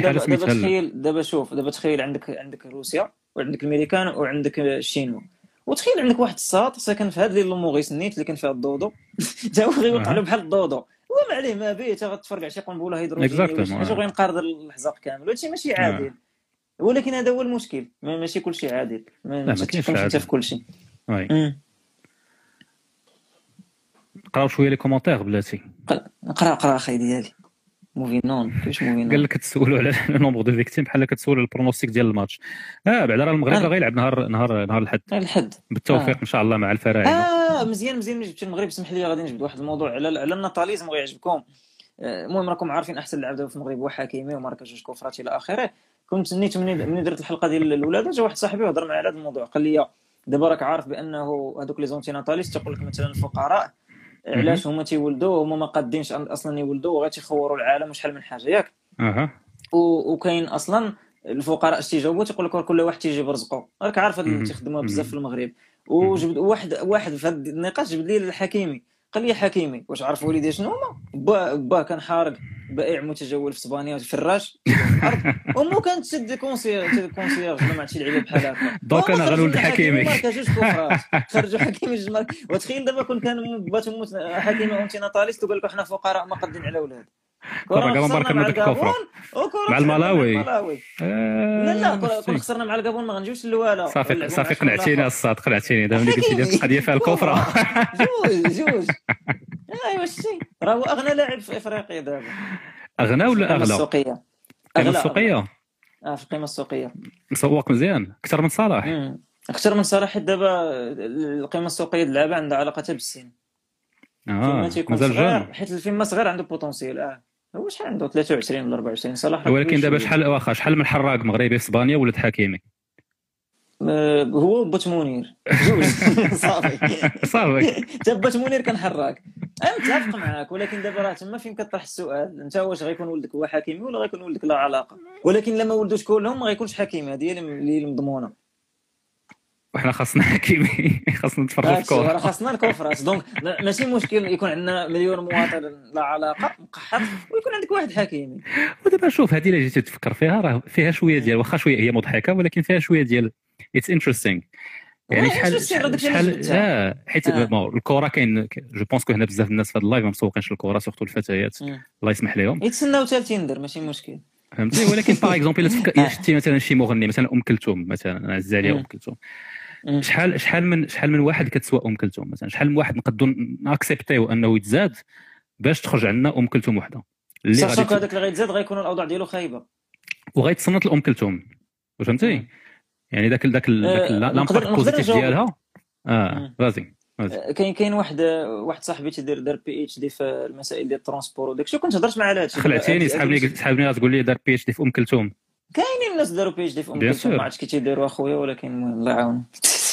دابا تخيل عندك روسيا وعندك الامريكان وعندك الشينوا، وتخيل عندك واحد الساط ساكن في هذا لوموغيس نيت اللي كان فيها الضوضو تا هو غيوقع له بحال الضوضو، هو ما عليه ما بيه، غتفرق على شي قنبله هيدروجينيه واش غينقرض الحزاق كامل. هادشي ماشي عادل. ولكن هذا هو المشكل، ماشي كل شيء عادل، ما تفهمش انت في كل شيء. وي نقراو شويه لي كومونتير بلاتي. نقرا اخي ديالي. موفينون كيفاش موفينون؟ قال لك تسولوا على النومبر دو فيكتيم بحال كتسولوا البرونوستيك ديال الماتش. بعدا راه المغرب راه غيلعب نهار الحد بالتوفيق ان شاء الله مع الفراعنه. مزيان ملي جبت المغرب. سمح لي غادي نجبد واحد الموضوع على الناتاليزم ويعجبكم. المهم راكم عارفين احسن لاعب دابا في المغرب هو حكيمي وماركا جوج كفرات الى اخره. كنت نيت من درت الحلقه ديال الولاده جا واحد صاحبي وهضر معايا على هذا الموضوع قال لي دابا راك عارف بانه هذوك لي زونتي ناتاليست تقول لك مثلا الفقراء علاش هما تيولدوا هما ما قادينش اصلا يولدوا وغا تيخوروا العالم وشحال من حاجه ياك. وكاين اصلا الفقراء اش تيجاوبوا تيقول لك كل واحد تيجي برزقه. راك عارف هذا اللي تيخدموها بزاف في المغرب. وجبد واحد في هذا النقاش جبد لي الحكيمي قال لي حكيمي واش عارف وليدي شنو هما؟ با كان حارق بائع متجول في اسبانيا فراش امو كانت تشد كونسيرج ما عرفتش لعيبه بحال هكا. دونك انا غنولد حكيمي خرجوا حكيمي جمال. وتخيل دابا كون كان بات حكيمي اونتي ناتاليست وقال لك حنا فقراء ما قادين على اولاد. كره مباركه مع الكفره مع الملاوي. لا كون خسرنا مع الكابون ما غنجيوش للوالا. صافي قنعتيني الصاد قنعتيني دابا ملي قلتي لي القضيه فيها الكفره. جوج ايوا شتي راه هو اغنى لاعب في افريقيا دابا. اغنى ولا اغلى؟ السوقيه السوقيه في القيمه السوقيه مسوق مزيان اكثر من صلاح. اكثر من صلاح. حيت دابا القيمه السوقيه ديال اللعبه عندها علاقه بالسن. مازال جون حيت الفيلم صغير عنده بوتونسيال. هو شحال عنده 23 ولا 24 صلاح. ولكن دابا شحال من حراق مغربي في اسبانيا ولد حكيمي؟ هو بوتمونير جوج صافي حتى بوتمونير كان حراق. انا متفق معاك ولكن دابا راه تما فين كطرح السؤال انت واش غيكون ولدك هو حكيمي ولا غيكون ولدك لا علاقه. ولكن لما ولدوش كلهم ما غيكونش حكيمي. هذه هي اللي مضمونه. وحنا خاصنا حكيمي خاصنا نتفرجوا في الكره راه خاصنا الكونفرنس. دونك ماشي مشكل يكون عندنا مليون مواطن لا علاقه مقحط ويكون عندك واحد حكيمي. ودابا شوف هذه اللي جيت تفكر فيها راه فيها شويه ديال واخا شويه هي مضحكه ولكن فيها شويه ديال اتس انتريستينغ. يعني شحال حيت الكره كاين جو بونس كو هنا بزاف الناس في هذا اللايف ما مسوقينش الكره سورتو الفتيات الله يسمح لهم يتسناو حتى تيندر ماشي مشكل فهمتي. ولكن باغ اكزومبل الا شفتي مثلا شي مغني مثلا كلثوم مثلا انا عز عليا كلثوم شحال من واحد كتسوى كلثوم مثلا شحال من واحد نقدروا ناكسبتيو انه يتزاد باش تخرج عندنا كلثوم وحده اللي غادي هذاك اللي غيتزاد غيكون الاوضاع ديالو خايبه وغيتصنت كلثوم فهمتي. يعني داك لامباكت بوزيتيف ديالها غازي كاين واحد صاحبي تيدير بي اتش دي في المسائل ديال الترونسبور وداكشي كنت هضرت مع هادشي خلعتيني سحابني تقول لي دار بي اتش دي في كلثوم. كاينين الناس داروا بي اتش دي في كلثوم ما عرفتش كي تيديروا اخويا ولكن المهم الله يعاون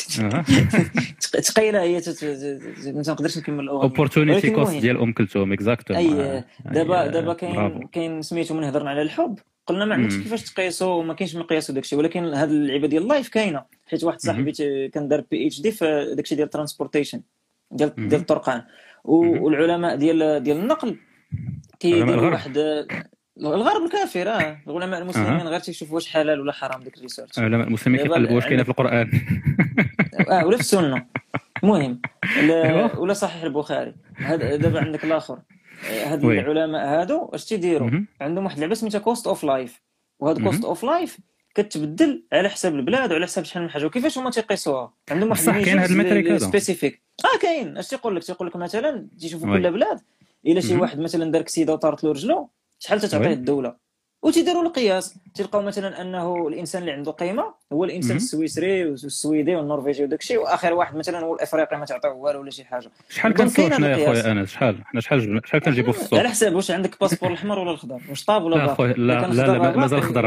ثقيله هي ما نقدرش نكمل الاغنيه اوبورتونيتي كوست ديال كلثوم اكزاكتو. دابا كاين سميتو من هضرنا على الحب قلنا ما عندكش كيفاش تقيسوا وما كاينش مقياس وداكشي ولكن هاد اللعيبه ديال اللايف كاينه حيت واحد صاحبي كان دار بي اتش دي في داكشي ديال ترانسبورتيشن ديال الطرقان والعلماء ديال النقل كيديروا واحد الغرب الكافر العلماء المسلمين غير تيشوفوا واش حلال ولا حرام ديك الريسيرش. العلماء المسلمين كيقلبوا واش كاينه في القران ولا في السنه المهم ولا صحيح البخاري. هذا دابا عندك الاخر هاد العلماء هادو اش تيديروا عندهم واحد اللعبه سميتها كوست اوف لايف وهاد كوست اوف لايف كتبدل على حساب البلاد وعلى حساب شحال من حاجه وكيفاش هما تيقيسوها عندهم واحد كاين هاد الميتريك هذا سبيسيفيك كاين اش تيقول لك مثلا تيشوفوا كل بلاد الا شي واحد مثلا دار كسيده وطارت له رجله شحال تعطيه الدوله وتيديروا القياس تلقاو مثلا انه الانسان اللي عنده قيمه هو الانسان السويسري والسويدي والنرويجي وداكشي واخر واحد مثلا هو الافريقي ما تعطيه والو ولا شي حاجه. شحال كنصور حنا يا خويا انس شحال كنجيبوا في السوق على حساب واش عندك باسبور الاحمر ولا الخضر واش طاب ولا لا خويا لا مازال الخضر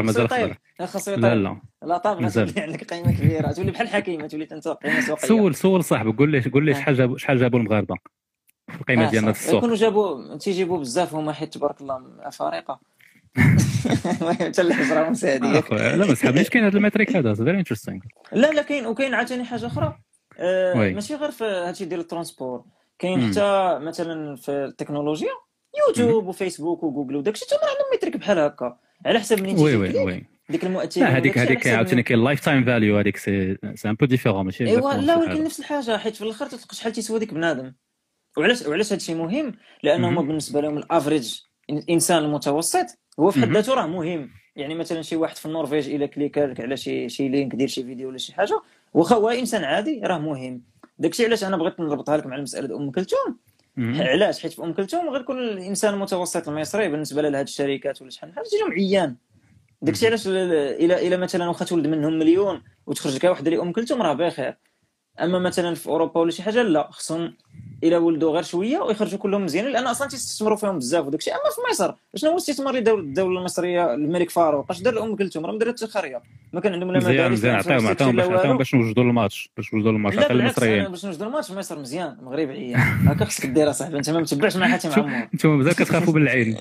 لا طاب مازال عندك قيمه كبيره تولي بحال حكيمه تولي انت قيمه سوقيه. سول صاحبك قول لي شحال جابوا المغاربه القيمه ديالنا في السوق. يكونوا تيجيبوا بزاف هما حيت تبارك الله افارقه حتى الحجره مساعديه لا ما سحبنيش كاين هذا الميتريك هذا فيري انتريستينغ. لا كاين وكاين عاوتاني حاجه اخرى ماشي غير في هادشي ديال الترونسبور كاين حتى مثلا في التكنولوجيا يوتيوب وفيسبوك وجوجل وداكشي حتى عندهم ميتريك بحال هكا على حسب منين تجي ديك المؤثرين. هذيك عاوتاني كاين اللايف تايم فاليو هذيك سي ان بو ديفيرون ماشي لا ولكن نفس الحاجه حيت في الاخر تلقى شحال تيسوى ديك بنادم. وعلاش هادشي مهم لانه هما بالنسبه لهم الافريج الانسان المتوسط هو في حد ذاته راه مهم. يعني مثلا شي واحد في النرويج الا كليكالك على شي لينك دير شي فيديو ولا شي حاجه واخا هو انسان عادي راه مهم. داكشي علاش انا بغيت نربطها لك مع المساله كلثوم علاش؟ حيت في ام كلثوم غيكون الانسان المتوسط المصري بالنسبه لهاد الشركات ولا شحال بحال تجي لهم عيان. داكشي علاش الى مثلا واخا تولد منهم مليون وتخرج لك واحده اللي ام كلثوم راه بخير. اما مثلا في اوروبا ولا شي حاجه لا، خصهم الى ولدوا غير شويه ويخرجوا كلهم مزيانين، لان اصلا تيستثمروا فيهم بزاف وداكشي. اما في مصر شنو هو الاستثمار اللي دار الدوله المصريه؟ الملك فاروق اش دار لام كلثوم؟ راه ما دارت خريه، ما كان عندهم لا مدارس. مزيان عطاهم باش نوجدوا الماتش، عطا المصريين باش نوجدوا الماتش في مصر مزيان. المغرب عيان هكا خصك دير اصاحبي، انت ما متبعش مع حاتم عمور. انتم مازال كتخافوا بالعين.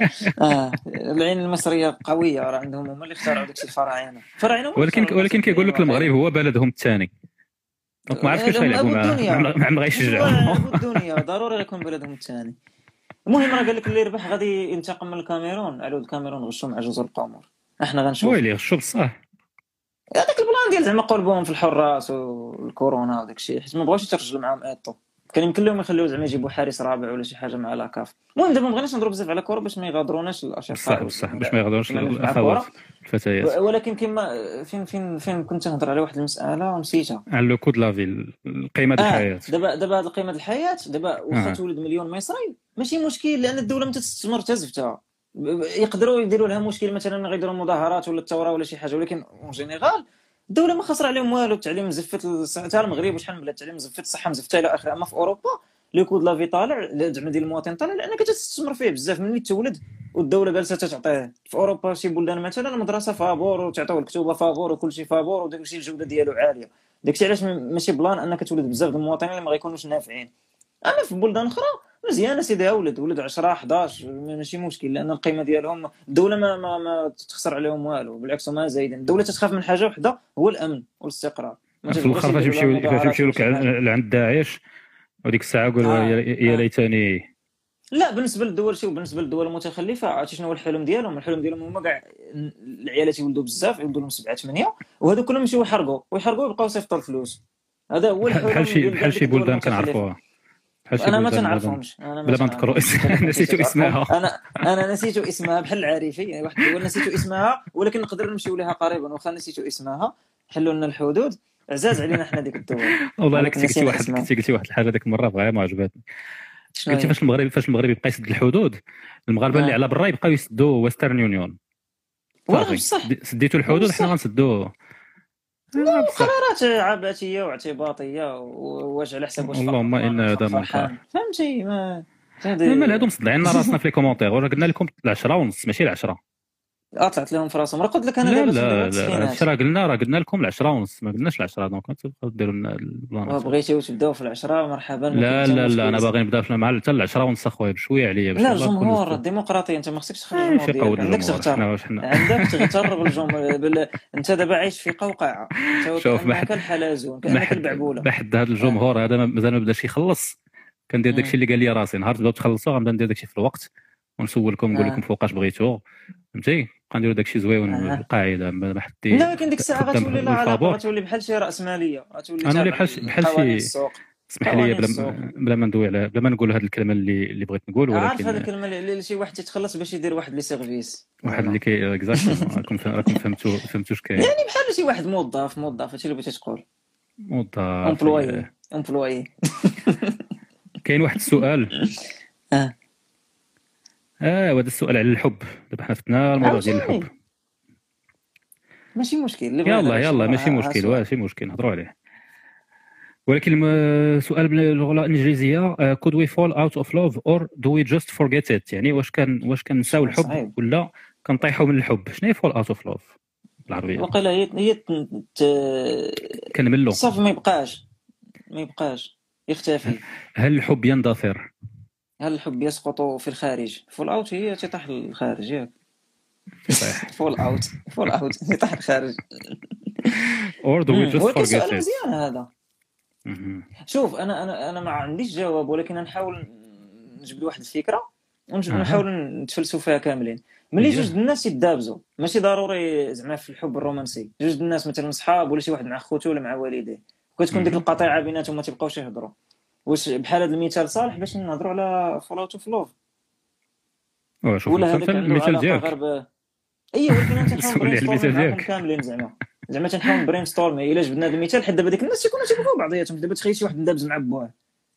العين المصريه قويه، راه عندهم هما اللي اخترعوا داكشي الفراعنه. ولكن كيقول لك المغرب هو بلدهم الثاني، دونك ما عرفتش كيفاش غيلعبوا مع غيشجعوا الدنيا. ضروري يكون بلدهم الثاني. المهم راه قال لك اللي ربح غادي ينتقم من الكاميرون. على الكاميرون غشوا مع جزر القمر. احنا غنشوف ويلي غشوا بصح هذاك البلان ديال زعما قلبهم في الحراس والكورونا وداك الشيء، حيت ما بغاوش يترجلوا معاهم ايطو. كان يمكن لهم يخليو زعما يجيبوا حارس رابع ولا شي حاجه مع لاكاف. المهم دابا ما بغيناش نضرب بزاف على كره باش ما يغادروناش الاشقاء. صح باش ما يغادروش الاخوات الفتيات. ولكن كما فين كنت نهضر على واحد المساله ونسيتها، على لو كود لافي، قيمه الحياه. دابا هاد قيمه الحياه دابا واخا تولد مليون مصري ماشي مشكل، لان الدوله ما تستثمر حتى زفتها. يقدروا يديروا لها مشكل مثلا غيديروا مظاهرات ولا الثوره ولا شي حاجه، ولكن اون جينيرال الدوله ما خسر عليهم والو. التعليم مزفت حتى المغرب وشحال من بلاد التعليم مزفت، الصحه مزفته الى اخره. اما في اوروبا لو كود لافي طالع زعما ديال المواطن طالع، لانك تستثمر فيه بزاف ملي تولد والدوله جالسه تعطيه. في اوروبا شي بلدان مثلا المدرسه فابور وتعطيوه الكتوبه فابور وكل شيء فابور وداك الشيء الجوده ديالو عاليه. داكشي علاش ماشي بلان انك تولد بزاف د المواطنين اللي ما غيكونوش نافعين. اما في بلدان اخرى مزيان سيدي، ولد 10 11 ماشي مشكل، لان القيمه ديالهم الدوله ما تخسر عليهم والو، بالعكس هما زايدين. الدوله تتخاف من حاجه وحده هو الامن والاستقرار. في الاخر فاش يمشيو لك لعند داعش وديك الساعه يقولوا يا ليتني. لا بالنسبه للدول بالنسبه للدول المتخلفه عرفتي شنو هو الحلم ديالهم؟ الحلم ديالهم هما كاع العيالات يولدوا بزاف، يولدوا لهم 7 8 وهذو كلهم يمشيو يحرقوا ويبقاو يصيفطوا الفلوس. هذا هو الحلم. بحال شي بلدان كنعرفوها. انا ما تنعرفهمش، بلا ما نذكروا نسيتو اسمها. انا نسيتو اسمها بحال العارفي. واحد الدول نسيتو اسمها، ولكن نقدر نمشيو لها قريبا واخا نسيتو اسمها. حلوا لنا الحدود، عزاز علينا حنا ديك الدول. والله كنتي قلتي واحد الحاجه ديك المره بغا ما عجبتني. قلتي فاش المغرب يبقى يسد الحدود، المغاربه اللي على برا يبقاو يسدوا ويسترن يونيون. بصح سديتوا الحدود حنا غنسدوا. قرارات عبثيه واعتباطيه واش على حساب واش اللهم ان هذا منكر. فهمتي ما هادو مصدعين راسنا في لي كومونتير. وانا قلنا لكم 10 ونص ماشي 10. طلعت لهم في راسهم. راه قلت لك انا لا راه قلنا لكم 10 ونص، ما قلناش 10. دونك تبقاو ديروا لنا البلان. بغيتيو تبداو في 10 مرحبا. لا انا باغي نبدا مع حتى 10 ونص اخويا بشويه عليا. لا الجمهور الديمقراطيه انت ما خصكش تخرج الجمهور. عندك تغتر بالجمهور. انت دابا عايش في قوقعه. شوف كان حلزون كانك البعبوله. بحد هذا الجمهور هذا مازال ما بداش يخلص. كندير داكشي اللي قال لي راسي. نهار تبداو تخلصوا غنبدا ندير داكشي في الوقت ونسولكم نقول لكم فوقاش بغيتو. فهمتي غنديروا داكشي زويون القاعده ما حد. لا ولكن ديك الساعه غتولي لا علاقه، غتولي بحال شي راس ماليه، غتولي انا بحال شي. اسمح لي بلا ما ندوي على بلا ما نقول هذه الكلمه اللي بغيت نقول. ولكن عارف هذه الكلمه اللي شي واحد تيتخلص باش يدير واحد لي سيرفيس، واحد اللي كي اكزاكتومون. راكم فهمتوا اش كاين. يعني بحال شي واحد موظف هادشي اللي بغيتي تقول. موظف امبلوي. كاين واحد السؤال. هذا السؤال على الحب. دابا حنا فتنا الموضوع ديال الحب. ماشي مشكل. يلا ماشي مشكل نهضروا عليه. ولكن السؤال باللغه الانجليزيه could we fall out of love or do we just forget it؟ يعني واش كنساو الحب ولا كنطيحوا من الحب؟ شنو هي fall out of love بالعربيه؟ وقيلا هي كنملوا صافي ما يبقاش يختفي. هل الحب يندثر؟ هل الحب يسقط في الخارج؟ فول اوت هي تطيح للخارج ياك. فول اوت يطيح الخارج. or do we just forget it؟ مزيان هذا. شوف انا ما عنديش جواب، ولكن نحاول نجيب واحد الفكره ونحاول نتفلسفوا فيها كاملين. ملي جوج الناس يتدابزوا ماشي ضروري زعما في الحب الرومانسي، جوج الناس مثلا صحاب ولا شي واحد مع خوته ولا مع والديه وكتكون ديك القطيعه بيناتهم ما تيبقاوش يهضروا، واش بحال هذا المثال صالح باش نهضروا على فول اوت اوف لوف؟ شوف المثال ديالك. ايوا ولكن انت نحاول المثال ديالك كاملين زعما تنحاول برين ستورم. الا جبنا هذا المثال حتى دابا ديك الناس تيكونوا تيبغوا بعضياتهم. دابا تخيل شي واحد مدابز مع بوه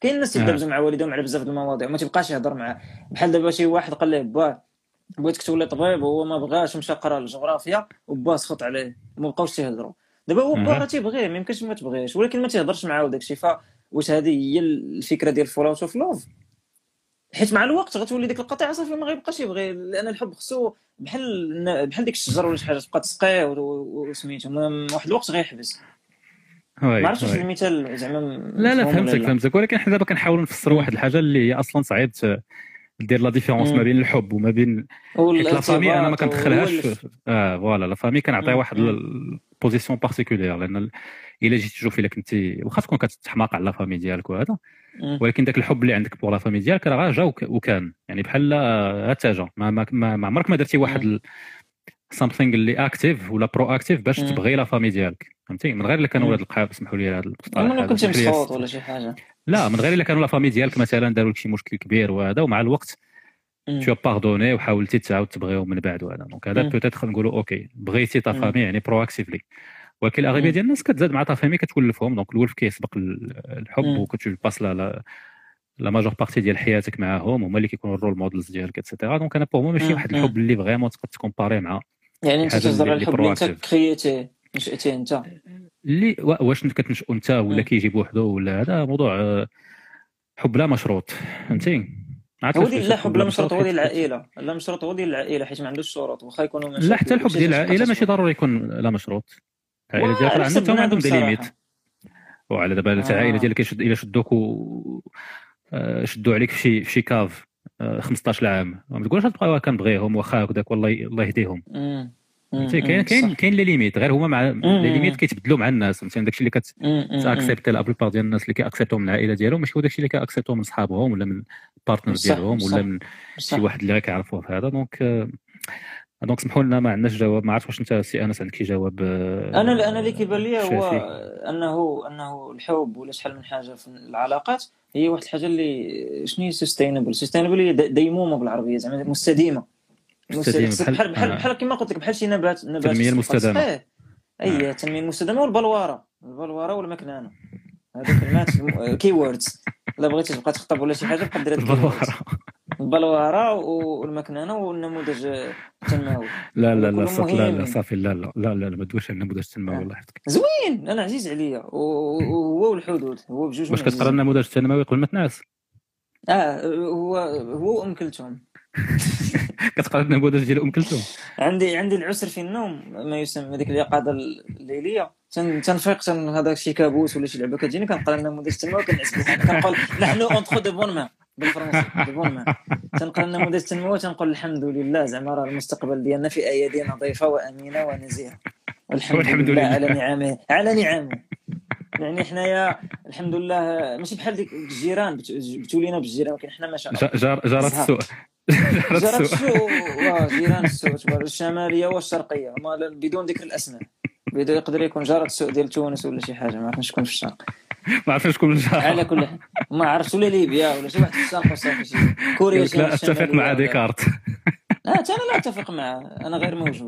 كاين الناس تدابزوا مع والديهم على بزاف د المواضيع وما تبقاش يهضر معاه. بحال دابا شي واحد قال ليه با بغيتك تولي طبيب وهو ما بغاش ومشى قرا الجغرافيا وبا سخط عليه وما بقاوش تيهضروا. دابا هو با راه تيبغيه ما يمكنش ما تبغيش ولكن ما تيهضرش معاه وداك الشيء. واش هذه هي الفكره ديال فول اوت اوف لوف؟ حيت مع الوقت غتولي ديك القطيعه صافي ما غيبقاش يبغي لان الحب خصو بحال ديك الشجر ولا شي حاجه تبقى تسقيه وسميتو واحد الوقت غيحبس. ما عرفتش واش المثال زعما لا فهمتك ولكن حنا دابا كنحاولوا نفسروا واحد الحاجه اللي هي اصلا صعيب دير لا ديفيرونس ما بين الحب وما بين لا فامي. انا ما كندخلهاش فوالا لا فامي كنعطيها واحد البوزيسيون بارتيكولير لان الا جيتي تشوف الا كنتي واخا تكون كتحماق على لا فامي ديالك وهذا ولكن داك الحب اللي عندك بور لا فامي ديالك راه جا وكان يعني بحال حتى جا ما عمرك ما درتي واحد something اللي اكتيف ولا برو اكتيف باش تبغي لا فامي ديالك فهمتي من غير الا كانوا ولاد القحاب اسمحوا لي هذا المصطلح ما كنتش مسخوط ولا شي حاجه لا من غير الا كانوا لا فامي ديالك مثلا داروا لك شي مشكل كبير وهذا ومع الوقت تو باردوني وحاولتي تعاود تبغيهم من بعد وهذا دونك هذا بوتيتر نقولوا اوكي بغيتي تا فامي يعني برو اكتيفلي. ولكن الاغلبيه ديال الناس كتزاد مع تا فامي كتولفهم دونك الولف كيسبق الحب وكتباس لا ماجور بارتي ديال حياتك معاهم هما اللي كيكونوا الرول مودلز ديالك اتسيتيرا. دونك انا بوغ ماشي واحد الحب اللي فريمون تقدر تكومباري مع يعني انت تهضر على الحب اللي انت كرييتيه نشأتيه انت اللي واش كتنشئ انت ولا كيجي بوحدو ولا هذا موضوع حب لا مشروط فهمتي. هو ديال لا حب لا مشروط هو ديال العائله لا مشروط هو ديال العائله حيت ما عندوش شروط واخا يكونوا مشروط. لا حتى الحب ديال العائله ماشي ضروري يكون لا مشروط. العائله ديالك راه عندهم دي ليميت وعلى دابا العائله ديالك الا شدوك شدوا عليك في شي كاف 15 عام ما تقولش تبقى كنبغيهم واخا هكذاك والله الله يهديهم كاين لي ليميت غير هما مع لي ليميت كيتبدلوا مع الناس فهمتي. داكشي اللي كتاكسبتي لا بلوبار ديال الناس اللي كياكسبتوهم من العائله ديالهم ماشي هو داكشي اللي كياكسبتوهم من صحابهم ولا من البارتنر ديالهم ولا من شي واحد اللي كيعرفوه في هذا. دونك سمحوا لنا ما عندناش جواب. ما عرفتش واش انت سي انس عندك شي جواب. انا اللي كيبان لي هو انه الحب ولا شحال من حاجه في العلاقات هي واحد الحاجه اللي شنو هي سستينبل هي ديمومه بالعربيه زعما مستديمه بحال كما قلت لك بحال شي نبات التنميه المستدامه. التنميه المستدامه والبلواره والمكنانه هذو كلمات كي ووردز. لا بغيتي تبقى تخطب ولا شي حاجه بقى دير البلواره والمكنانه والنموذج التنموي. لا صافي لا ما تدويش على النموذج التنموي الله يحفظك. زوين انا عزيز عليا هو والحدود هو بجوج. واش كتقرا النموذج التنموي قبل ما تنعس؟ هو ام كلثوم. كتقرا النموذج ديال ام كلثوم. عندي العسر في النوم ما يسمى ديك اليقظه الليليه تنفيق هذا شي كابوس ولا شي لعبه كتجيني كنقرا النموذج التنموي كنعس كنقول نحن اونتخو دو بون مان بالفرنسي دو بون مان. تنقرا النموذج التنموي تنقول الحمد لله زعما راه المستقبل ديالنا في ايادي نظيفه وامينه ونزيهه والحمد لله على نعمه يعني حنايا الحمد لله ماشي بحال ديك الجيران بتولينا بالجيران ولكن حنا ما شاء الله جارات السوء جيران السوء الشماليه والشرقيه بدون ذكر الاسماء يقدر يكون جارة السوء ديال تونس ولا شي حاجه ما عرفناش شكون في الشرق ما عرفتش شكون الجار على كل حال ما عرفتش ولا ليبيا ولا شي واحد في الشرق وصافي شي كوريا. لا اتفق مع ديكارت. انا لا اتفق معه انا غير موجود.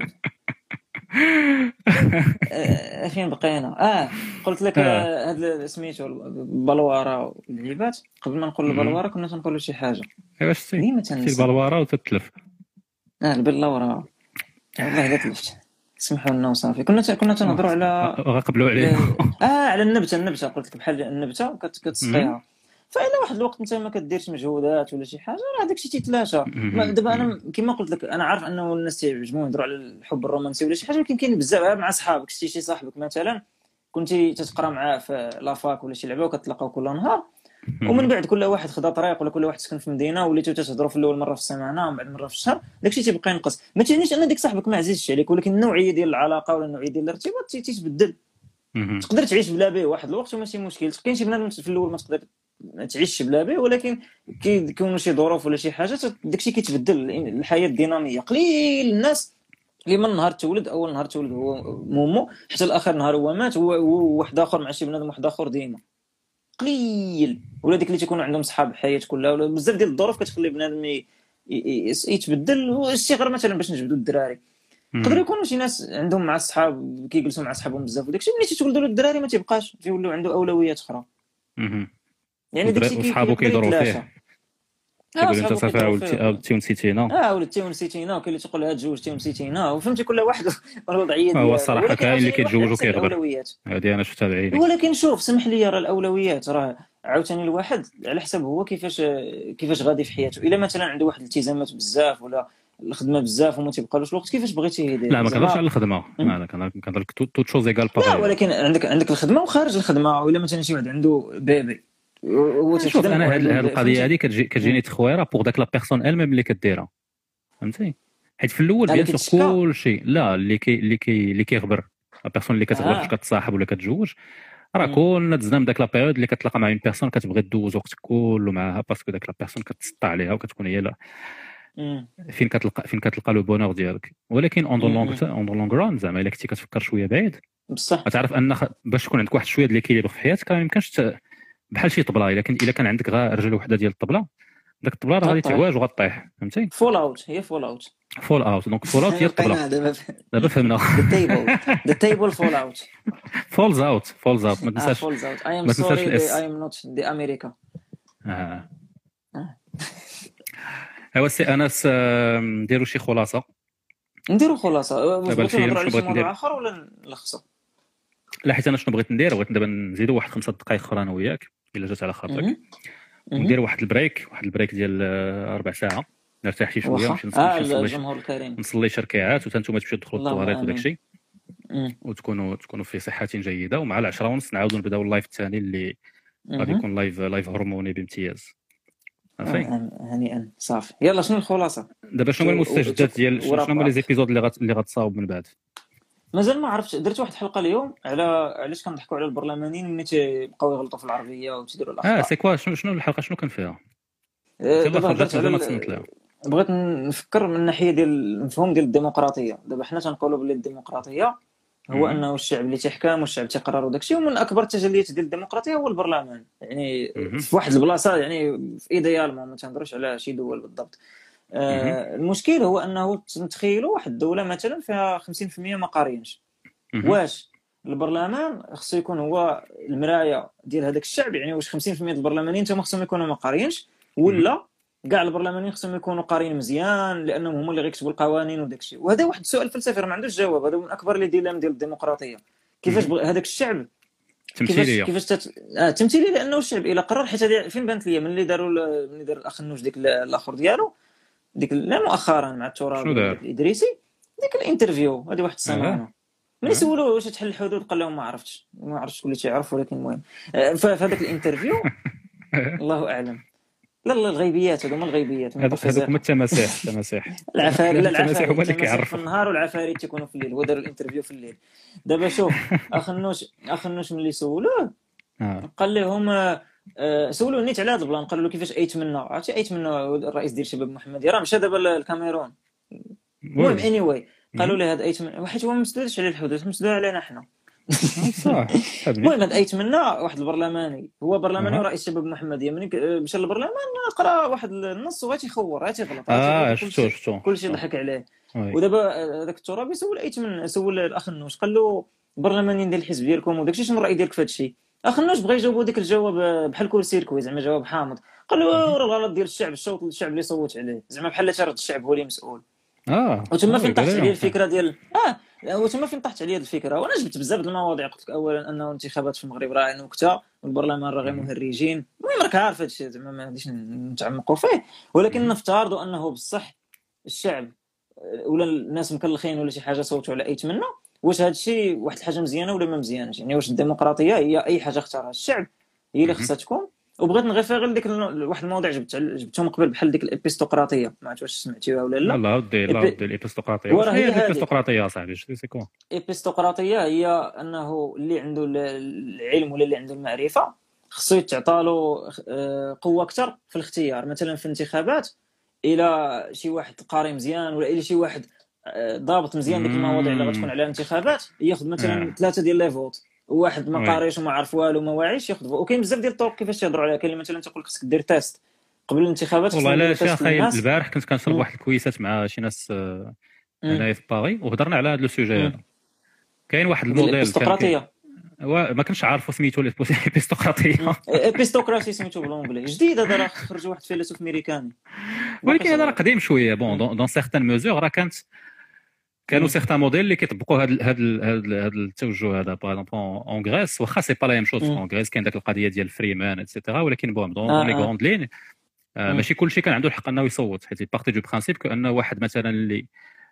فين بقينا؟ قلت لك هذا سميتو البلواره واللعيبات. قبل ما نقول البلواره كنا تنقولوا شي حاجه. واش سي البلواره وتتلف البلواره والله الا تلفت سمحوا لنا وصافي. كنا تنهضروا على غنقبلوا عليه على النبته قلت لك بحال النبته كتسقيها فإلا واحد الوقت انت ما كديرش مجهودات ولا شي حاجه راه داكشي تيتلاشى. دابا انا كما قلت لك انا عارف انه الناس تيعجبهم يهضروا على الحب الرومانسي ولا شي حاجه ولكن كاين بزاف مع صحابك. شتي شي صاحبك مثلا كنتي تتقرا معاه في لافاك ولا شي لعبه وكتلاقاو كل نهار ومن بعد كل واحد خدا طريق ولا كل واحد سكن في مدينه وليتو تهضروا في الاول مره في السيمانه ومن بعد مره في الشهر داكشي تيبقى ينقص. ما تعنيش ان ديك صاحبك ما عزيزش عليك ولكن النوعيه ديال العلاقه ولا النوعيه ديال الارتباط تيتبدل. تقدر تعيش بلا به واحد الوقت وماشي مشكل. كاين شي بنادم في الاول ما تقدر تعيش بلا به ولكن كيكونوا شي ظروف ولا شي حاجه داكشي كيتبدل. الحياه ديناميه قليل الناس اللي من نهار تولد اول نهار تولد هو مومو حتى الاخر نهار هو مات هو واحد اخر مع شي بنادم واحد اخر ديما قليل. ولا ديك اللي تيكونوا عندهم صحاب الحياه كلها ولا بزاف ديال الظروف كتخلي بنادم يتبدل. والصغر مثلا باش نجبدوا الدراري يقدروا يكونوا شي ناس عندهم مع الصحاب كيجلسوا مع صحابهم بزاف وداكشي ملي تيتولدوا الدراري ما تيبقاش تيولوا عنده اولويات اخرى. يعني داكشي وصحابو كيدوروا فيه كيقولوا انت صافي عاودتي ونسيتينا ولدتي ونسيتينا، وكاين اللي تيقول لها تزوجتي ونسيتينا، وفهمتي كل واحد والوضعيه ديالو. هو الصراحه كاين اللي كيتزوج وكيغبر، هذه انا شفتها بعيني. ولكن شوف سمح لي، راه الاولويات راه عاوتاني الواحد على حسب هو كيفاش غادي في حياته. الا مثلا عنده واحد الالتزامات بزاف ولا الخدمه بزاف وما تيبقالوش الوقت، كيفاش بغيتي يدير؟ لا ما كنهضرش على الخدمه، انا كنهضر توت شوز ايغال باغي. لا ولكن عندك الخدمه وخارج الخدمه، ولا مثلا شي واحد عنده بيبي هو شوف انا هذه القضيه هذه كتجيني تخويره بوغ داك لا بيرسون ال ميم اللي كديرها، فهمتي؟ حيت في الاول بيان سور كل شيء لا اللي كيغبر لا بيرسون اللي كتغبر فاش كتصاحب ولا كتزوج، راه كلنا دزنا من داك لا بيريود اللي كتلاقى مع اون بيرسون كتبغي دوز وقتك كله معاها باسكو داك لا بيرسون كتسطى عليها وكتكون هي فين كتلقى لو بونور ديالك. ولكن اون دو لونغ ران زعما الا كنتي كتفكر شويه بعيد بصح غتعرف ان باش تكون عندك واحد شويه ديال الكيليبر في حياتك ما يمكنش بحال شي طبله، الا كان عندك غير رجل وحده ديال الطبله، داك الطبله راه غادي تعواج وغطيح، فهمتي؟ فول اوت هي فول اوت دونك فول اوت هي الطبله. دابا فهمنا ذا تيبل فول اوت فولز اوت ما تنساش اي ام سوري اي ام نوت دي امريكا. ايوا سي انس نديروا شي خلاصه. بغيتي نهضروا على شي موضوع اخر ولا نلخصوا؟ لا حيت انا شنو بغيت بغيت دابا نزيدوا واحد 5 دقائق اخرى انا وياك الا جات على خاطرك، وندير واحد البريك ديال 4 ساعات نرتاح شي شويه ونمشي نصلي شركيعات وتنتوما تمشيو تدخلوا الطواليت وداك الشيء، وتكونوا في صحه جيده، ومع 10:30 نعاودوا نبداو اللايف الثاني اللي غادي يكون لايف هرموني بامتياز. هنيئا صافي. يلا شنو الخلاصه دابا؟ شنو هما المستجدات ديال شنو هما لي زيبيزود اللي غتصاوب من بعد؟ مازال ما عرفتش. درت واحد الحلقه اليوم على علاش كنضحكوا على البرلمانيين ملي تيبقاو يغلطوا في العربيه وتيديروا الاخطاء. سي كوا شنو الحلقه شنو كان فيها؟ بغيت نفكر من الناحيه ديال المفهوم ديال الديمقراطيه. دابا حنا تنقولوا بلي الديمقراطيه هو انه الشعب اللي تيحكم والشعب تيقرر وداك الشيء، ومن اكبر التجليات ديال الديمقراطيه هو البرلمان. يعني في واحد البلاصه، يعني في ايديال ما تنهضروش على شي دول بالضبط. المشكل هو انه نتخيلوا واحد الدوله مثلا فيها 50% ما قاريينش. واش البرلمان خصو يكون هو المرايه ديال هذاك الشعب؟ يعني واش 50% ديال البرلمانيين تما خصهم يكونوا ما قاريينش، ولا كاع البرلمانيين خصهم يكونوا قاريين مزيان لانهم هما اللي غيكتبوا القوانين وداك الشيء؟ وهذا واحد السؤال فلسفي ما عندوش جواب. هذا من اكبر لي ديلام ديال الديمقراطيه. كيفاش هذاك الشعب تمثيليه تمثيليه؟ لانه الشعب الى قرر، حيت هذه فين بانت لي ملي دار الاخ النوش ديك الاخر ديالو ديك لا مؤخرا مع التراب الادريسي، ديك الانترفيو هذه واحد السنه ملي سولوه واش تحل الحدود قال لهم ما عرفتش شكون اللي تيعرف، ولكن المهم في هذاك الانترفيو الله اعلم. لا الغيبيات هذوما الغيبيات هذوك هما التماسيح العفاريت هما اللي كيعرفوا في النهار والعفاريت تيكونوا في الليل. هو دار الانترفيو في الليل. دابا شوف اخ النوش ملي سولوه قال لهم سولوه نيت على هذا البلان، قالوا له كيفاش ايتمنى عرفتي ايتمنى الرئيس ديال شباب محمديه راه مشى دابا الكاميرون. المهم اني قالوا له هذا ايتمنى حيت هو ما مسدودش على الحدود، مسدود علينا حنا صح. المهم هذا ايتمنى واحد البرلماني، هو برلماني ورئيس شباب محمديه، ملي مشى للبرلمان قرا واحد النص وغادي يخور غادي يغلط شفتو كلشي ضحك عليه. ودابا هذاك الترابي سول ايتمنى سول الاخ النوش قال له برلمانيين ديال الحزب ديالكم وداكشي شنو الراي ديالك في هذا الشيء؟ اخ النوش بغى يجاوبوا ديك الجواب بحال كل سيركوي، زعما جواب حامض. قال له راه الغلط ديال الشعب، الصوت الشعب اللي صوت عليه، زعما بحال ترد الشعب هو اللي مسؤول. وتما فين طاحت عليه الفكره ديال وتما فين طاحت عليه الفكره. وانا جبت بزاف د المواضيع. قلت لك اولا انه الانتخابات في المغرب راه نكته، والبرلمان راه غير مهرجين. المهم راك عارف هذا الشيء، زعما ما غاديش نتعمقوا فيه، ولكن نفترضوا انه بصح الشعب ولا الناس مكلخين ولا شي حاجه صوتوا على ايتمنى. واش هذا الشيء واحد الحاجه مزيانه ولا ما مزيانش؟ يعني واش الديمقراطيه هي اي حاجه اختارها الشعب هي اللي خصها تكون؟ وبغيت نغير غير ديك واحد المواضيع جبتهم قبل بحال ديك الابيستقراطيه، ما عرفت واش سمعتيوها ولا لا. لا ودي الابيستقراطيه. واش هي الابيستقراطيه صاحبي؟ سيكو الابيستقراطيه هي انه اللي عنده العلم ولا اللي عنده المعرفه خصو يتعطى له قوه اكثر في الاختيار. مثلا في الانتخابات الى شي واحد قاري مزيان ولا الى شي واحد ضابط مزيان ديك المواضيع اللي غتكون على الانتخابات ياخذ مثلا 3 ديال لي فوت، واحد ما قاريش وما عارف والو ما واعيش ياخذ. وكاين بزاف ديال الطرق كيفاش تهضروا عليها. كاين اللي مثلا تيقول لك خصك دير تيست قبل الانتخابات. والله لا شي خايب. البارح كنت كنشرب واحد الكويسات مع شي ناس هنايا في باغي وهضرنا على هذا لو سوجي هذا. كاين واحد الموديل ما كنتش عارفو سميتو الابيستقراطيه ابيستوكراسي سميتو بالونجلي، جديد هذا، راه خرج واحد فيلسوف امريكاني، ولكن هذا راه قديم شويه. بون دون سيغتان ميزور راه كانوا سيغتان موديل اللي كيطبقوا هذا التوجه هذا. باغ اكزومبل اون غريس، واخا سي با لا ميم شوز اون غريس، كاين داك القضيه ديال فريمان اتسيتيرا، ولكن بون دون لي غروند لين ماشي كلشي كان عنده الحق انه يصوت، حيت بارتي دو برانسيب كأن واحد مثلا اللي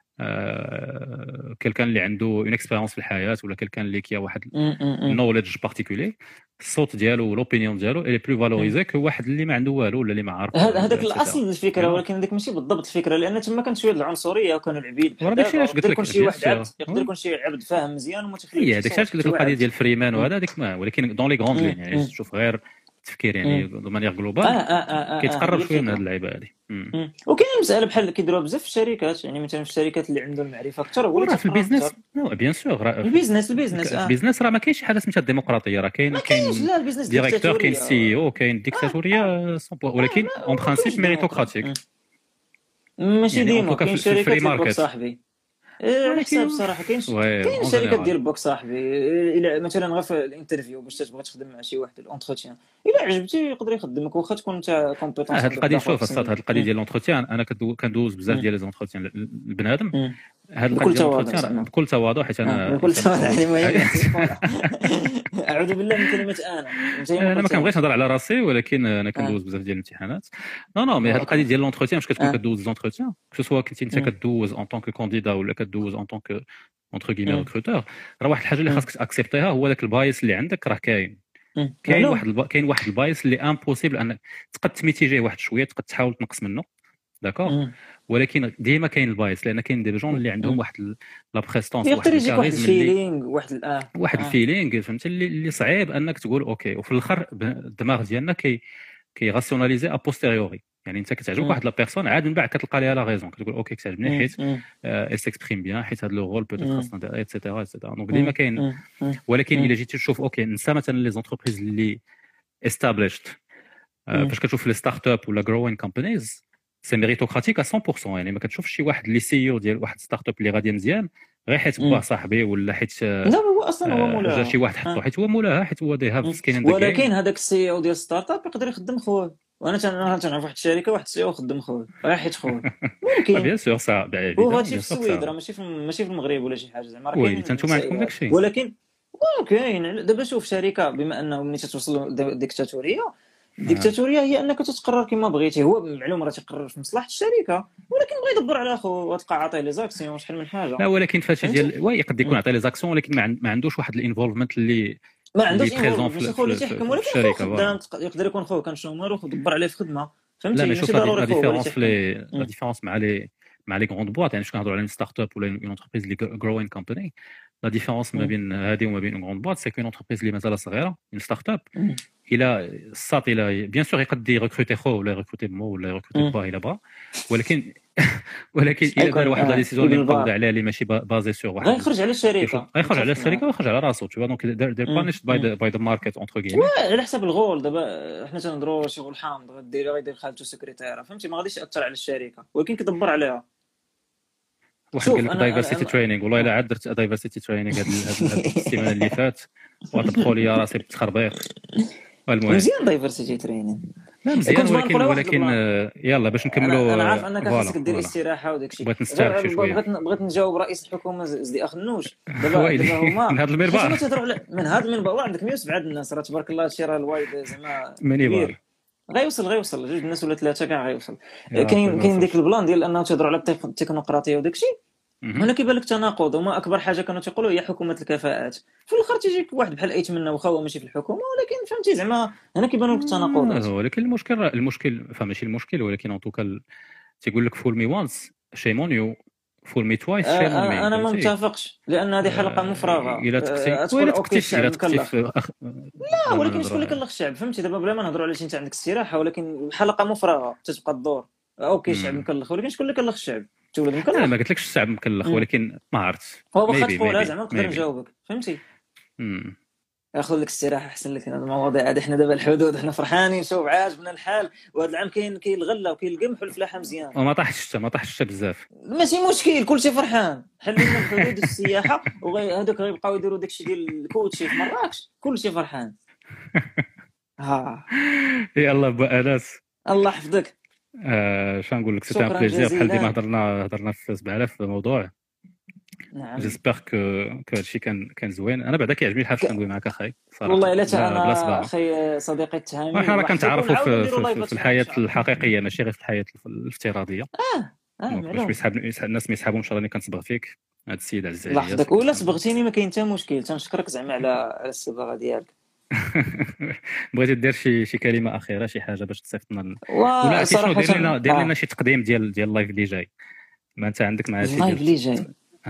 كلكان اللي عنده اون اكسبيريونس في الحياه، ولا كلكان اللي كيا واحد نوليدج بارتيكولي، الصوت ديالو والاوبينيون ديالو الي بلو فالوريزي كو واحد اللي ما عنده والو ولا اللي ما عارف. هذاك الاصل الفكره، ولكن هذيك ماشي بالضبط الفكره، لان تما كانت شويه العنصريه وكانوا العبيد. يقدر يكون شي واحد عبد، يقدر يكون شي عبد فاهم مزيان وما تخليش. هي هذاك قلت لك القضيه ديال فريمان وهذا هذيك ما، ولكن دون لي غروند لين يعني تشوف غير التفكير يعني دو مانيير جلوبال كيتقرب شويه من هذه اللعيبه هذه. وكاين مساله بحال كيديروها بزاف في الشركات، يعني مثلا في الشركات اللي عندهم معرفه اكثر ولا في البيزنس. بيان سور البيزنس راه ما كاينش شي حاجه سميتها الديمقراطيه، راه كاين ديريكتور، كاين سي او، كاين ديكتاتوريه، ولكن اون برانسيب ميريتوكراتيك. ماشي ديما كاين شركات اللي صاحبي على حساب الصراحه. كاين شركات ديال بوك صاحبي، الى مثلا غير في الانترفيو باش تبغي تخدم مع شي واحد الانتروتيان، الى عجبتي يقدر يخدمك واخا تكون انت كومبيتونس. هذه القضيه شوف الصاد، هذه القضيه ديال الانتروتيان انا كندوز بزاف ديال لي زونتروتيان البنادم، هذه القضيه بكل تواضع، حيت انا بكل تواضع المهم اعوذ بالله من كلمه انا ما كنبغيش نهضر على راسي، ولكن انا كندوز بزاف ديال الامتحانات. نو مي هذه القضيه ديال لونتروتيان باش كتكون كدوز لونتروتيان، كو سوا كنتي انت كدوز اون طونك كانديدا ولا كدوز اون طونك اونتر كيمي ريكروتور، راه واحد الحاجه اللي خاصك تاكسبتيها هو داك البايس اللي عندك، راه كاين واحد البايس اللي امبوسيبل انك تقد تميتيجيه واحد شويه، تقد تحاول تنقص منه داكور، ولكن ديما كاين البايس، لان كاين دي جون اللي عندهم واحد لا بريستونس، واحد الفيلينغ، واحد الفيلينغ فهمتي اللي صعيب انك تقول اوكي. وفي الاخر الدماغ ديالنا كي راسيوناليزي ابوستيريوري، يعني انت كتعجبك واحد لا بيرسون عاد من بعد كتلقى ليها لا ريزون، كتقول اوكي كتعجبني حيت سيكسبريم بيان، حيت هذا لو رول بوتيت خاصنا ندير ايتترا. دونك ديما كاين. ولكن الا جيتي تشوف اوكي نسى مثلا لي زونتربريز اللي استابليشد، فاش كتشوف لي ستارت اب ولا جروين كومبانيز سي ميريتوكراتيك 100%، يعني ما كتشوفش شي واحد اللي سي او ديال واحد ستارت اب اللي غادي مزيان غير حيت باه صاحبي ولا حيت لا هو اصلا هو مولاها، جا شي واحد حطو حيت هو مولاها، حيت هو دي هاف سكين. ولكن هذاك السي او ديال ستارت اب يقدر يخدم خوه، وانا تنعرف واحد الشركه واحد السي او خدم خوه غير حيت خوه ممكن. بيان سور سا بعيد، وهادشي في السويد راه ماشي في المغرب ولا شي حاجه زعما، وي انتم عندكم داكشي. ولكن كاين دابا شوف شركه بما انه ملي تتوصل الديكتاتوريه هي انك تتقرر كما بغيتي، هو معلوم راه تيقرر في مصلحه الشركه، ولكن بغى يدبر على خو وتلقى عاطيه لي زاكسيون شحال من حاجه. لا ولكن فاش ديال وي يقد يكون عطيه لي زاكسيون، ولكن ما عندوش واحد الانفولفمنت اللي ما عندوش في خو اللي تيحكم، ولكن خدام يقدر يكون خو كان شنو مالو دبر عليه في خدمه، فهمتي؟ لا ماشي ضروري لا ديفيرونس في لا ديفيرونس مع لي غروند بواط، يعني شنو كنهضروا على ستارت اب ولا اون انتربريز اللي جروين كومباني. لا ديفيرونس ما بين هذه وما بين اون غروند بواط سي كو اون انتربريز اللي مازال صغيره، اون ستارت اب الى الساط الى بيان سور يقد يريكروتي خو ولا يريكروتي مو ولا يريكروتي با الى بغا، ولكن الى دار واحد لا ديسيزيون اللي مقوده عليها اللي ماشي بازي سور واحد غيخرج على الشركه ويخرج على راسو، تو دونك دير بانيشد باي ذا ماركت اونتر كيمي على حساب الغول. دابا حنا تنهضروا شغل حامض غيدير خالته سكرتيره، فهمتي؟ ما غاديش ياثر على الشركه، ولكن كيدبر عليها. واحد قال لك دايفرسيتي تريننغ، والله الا عاد درت دايفرسيتي تريننغ هاد السيمانه اللي فات وطبخوا لي راسي بالتخربيق. المهم مزيان دايفرسيتي تريننغ مزيان، ولكن يلا باش نكملوا. انا عارف انك خاصك دير استراحه وداك الشيء، بغيت نسترخي شي شويه، بغيت نجاوب رئيس الحكومه زدي اخنوش دابا هما من هذا المنبر من هذا المنبر عندك 107 الناس، راه تبارك الله هادشي راه الوايد زعما كبير، غيوصل جوج الناس ولا ثلاثه كاع غيوصل. كاين ديك البلان ديال انه تهضروا على التكنوقراطيه وداك الشيء، هنا كيبان لك تناقض. وما اكبر حاجه كانوا تيقولوا هي حكومه الكفاءات، في الاخر تيجيك واحد بحال ايتمنى واخا هو ماشي في الحكومه، ولكن فهمتي زعما هنا كيبانوا لك التناقضات. ولكن المشكل فماشي المشكل، ولكن ان توكا تيقول لك فول مي وانس شيم اون يو، فول مي توايس شيم اون مي. انا ما متفقش، لان هذه حلقه مفرغه. الى تكتيف لا ولكن شكون اللي كلخ الشعب؟ فهمتي دابا بلا ما نهضروا على شي انت عندك استراحه، ولكن حلقه مفرغه تتبقى الدور. اوكي الشعب مكلخ، ولكن شكون اللي كلخ الشعب؟ تولد مكلخ. انا ما قلت لكش الشعب مكلخ، ولكن ما عرفت هو واخا تقولها زعما نقدر نجاوبك، فهمتي؟ اخذ لك استراحه احسن لك. هذه المواضيع هذه حنا دابا الحدود حنا فرحانين، شوف عاجبنا الحال، وهذا العام كاين الغله وكاين القمح والفلاحه مزيان، وما طاحش بزاف، ماشي مشكل، كلشي فرحان. حلينا الحدود والسياحه وهذوك غيبقاو يديروا داكشي ديال الكوتشي في مراكش، كلشي فرحان. ها يلا با انس، الله يحفظك. شنو نقول لك، سيتي شكراً ان بليزير. بحال جزيلاً. ديما هضرنا في 7000 موضوع. نعم جيسبر كو هادشي كان زوين. انا بعدا كيعجبني الحال كنقول معاك اخي صراحه. والله الا بلا انا صباحه. اخي صديقي التهامي، احنا راه كنتعرفوا في الحياه إن شاء الله. الحقيقيه ماشي غير في الحياه الافتراضيه. باش معلوم. الناس ما يسحبهمش راني كنصبغ فيك هاد السيد عزيز الله عليا. يحفظك. ولا صبغتيني ما كاين حتى مشكل، تنشكرك زعما على الصباغه ديالك. بغيتي دير شي كلمه اخيره، شي حاجه باش تصيفطنا ولا عرفتي شنو، دير لنا شي تقديم ديال اللايف اللي جاي. ما انت عندك مع شي اللايف اللي جاي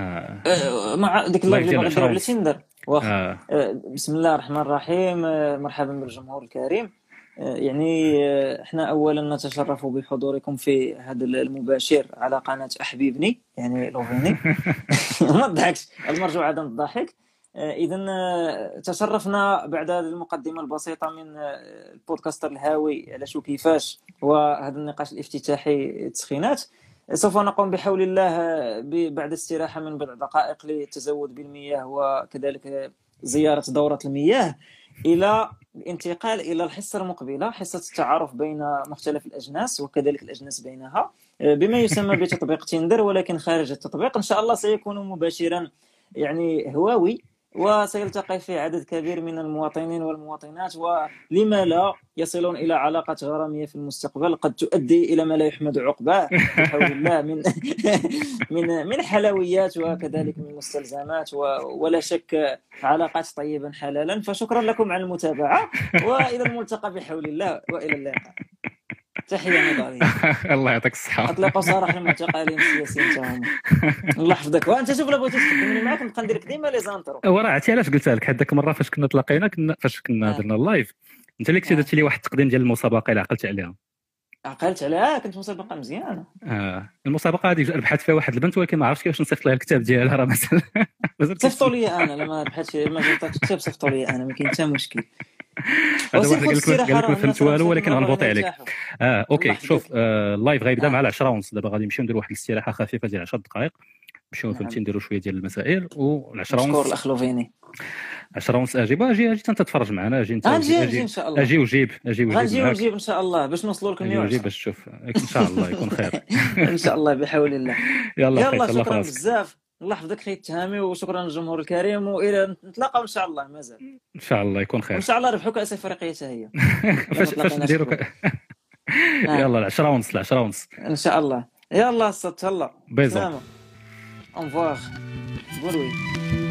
مع ديك اللايف اللي باغي ندير على تيندر. واخا بسم الله الرحمن الرحيم. مرحبا بالجمهور الكريم. يعني احنا اولا نتشرف بحضوركم في هذا المباشر على قناه احبيبني، يعني لوفيني. ما تضحكش، المرجو عدم الضحك. اذا تشرفنا بعد هذه المقدمه البسيطه من البودكاستر الهاوي على شو كيفاش، وهذا النقاش الافتتاحي التسخينات. سوف نقوم بحول الله بعد استراحه من بضع دقائق للتزود بالمياه وكذلك زياره دوره المياه، الى الانتقال الى الحصه المقبله، حصه التعارف بين مختلف الاجناس وكذلك الاجناس بينها، بما يسمى بتطبيق تيندر، ولكن خارج التطبيق. ان شاء الله سيكون مباشرا يعني هواوي، وسيلتقي فيه عدد كبير من المواطنين والمواطنات، ولما لا يصلون إلى علاقة غرامية في المستقبل قد تؤدي إلى ما لا يحمد عقباه بحول الله من حلويات وكذلك من مستلزمات، ولا شك علاقات طيبا حلالا. فشكرا لكم على المتابعة، وإلى الملتقى بحول الله، وإلى اللقاء. تحية نضالية. الله يعطيك الصحة. أطلقوا سراح المعتقلين السياسيين تاعهم. الله يحفظك. وأنت شوف لا بغيتي تخدمني معاك نبقى ندير لك ديما لي زانترو. وراه عرفتي علاش قلتها لك؟ حداك المرة فاش كنا تلاقينا، فاش كنا درنا اللايف، انت اللي كنتي درتي لي واحد التقديم ديال المسابقة اللي عقلت عليها. عقلت عليها، كنت مسابقة مزيانة. المسابقة هذه ربحت فيها واحد البنت، ولكن ما عرفتش كيفاش نصيفط لها الكتاب ديالها. راه مثلا صيفطوا لي انا، لما ربحتش ما جبتكش الكتاب صيفطوا لي انا، ما كاين حتى مشكل. هذا واحد قال لك ما فهمت والو، ولكن غنبوطي عليك. اوكي شوف، اللايف غيبدا مع 10:30. دابا غادي نمشيو نديروا واحد الاستراحه خفيفه ديال 10 دقائق، نمشيو فهمتي نديروا شويه ديال المسائل، و10:30 مشكور الاخ لوفيني. 10:30 اجي انت تتفرج معنا. اجي انت، اجي ان شاء الله. اجي وجيب غنجي ان شاء الله باش نوصلوا لكم اليوم. اجي باش تشوف ان شاء الله يكون خير. ان شاء الله بحول الله. يلا شكرا بزاف. الله يحفظك خي التهامي، وشكرا للجمهور الكريم، والى نتلاقاو ان شاء الله. مازال ان شاء الله يكون خير، وان شاء الله ربحوا كاس افريقيا حتى هي. فاش نديروا يلا 10:30 ان شاء الله. يلا تهلا. بيزون. انفواغ. قولوا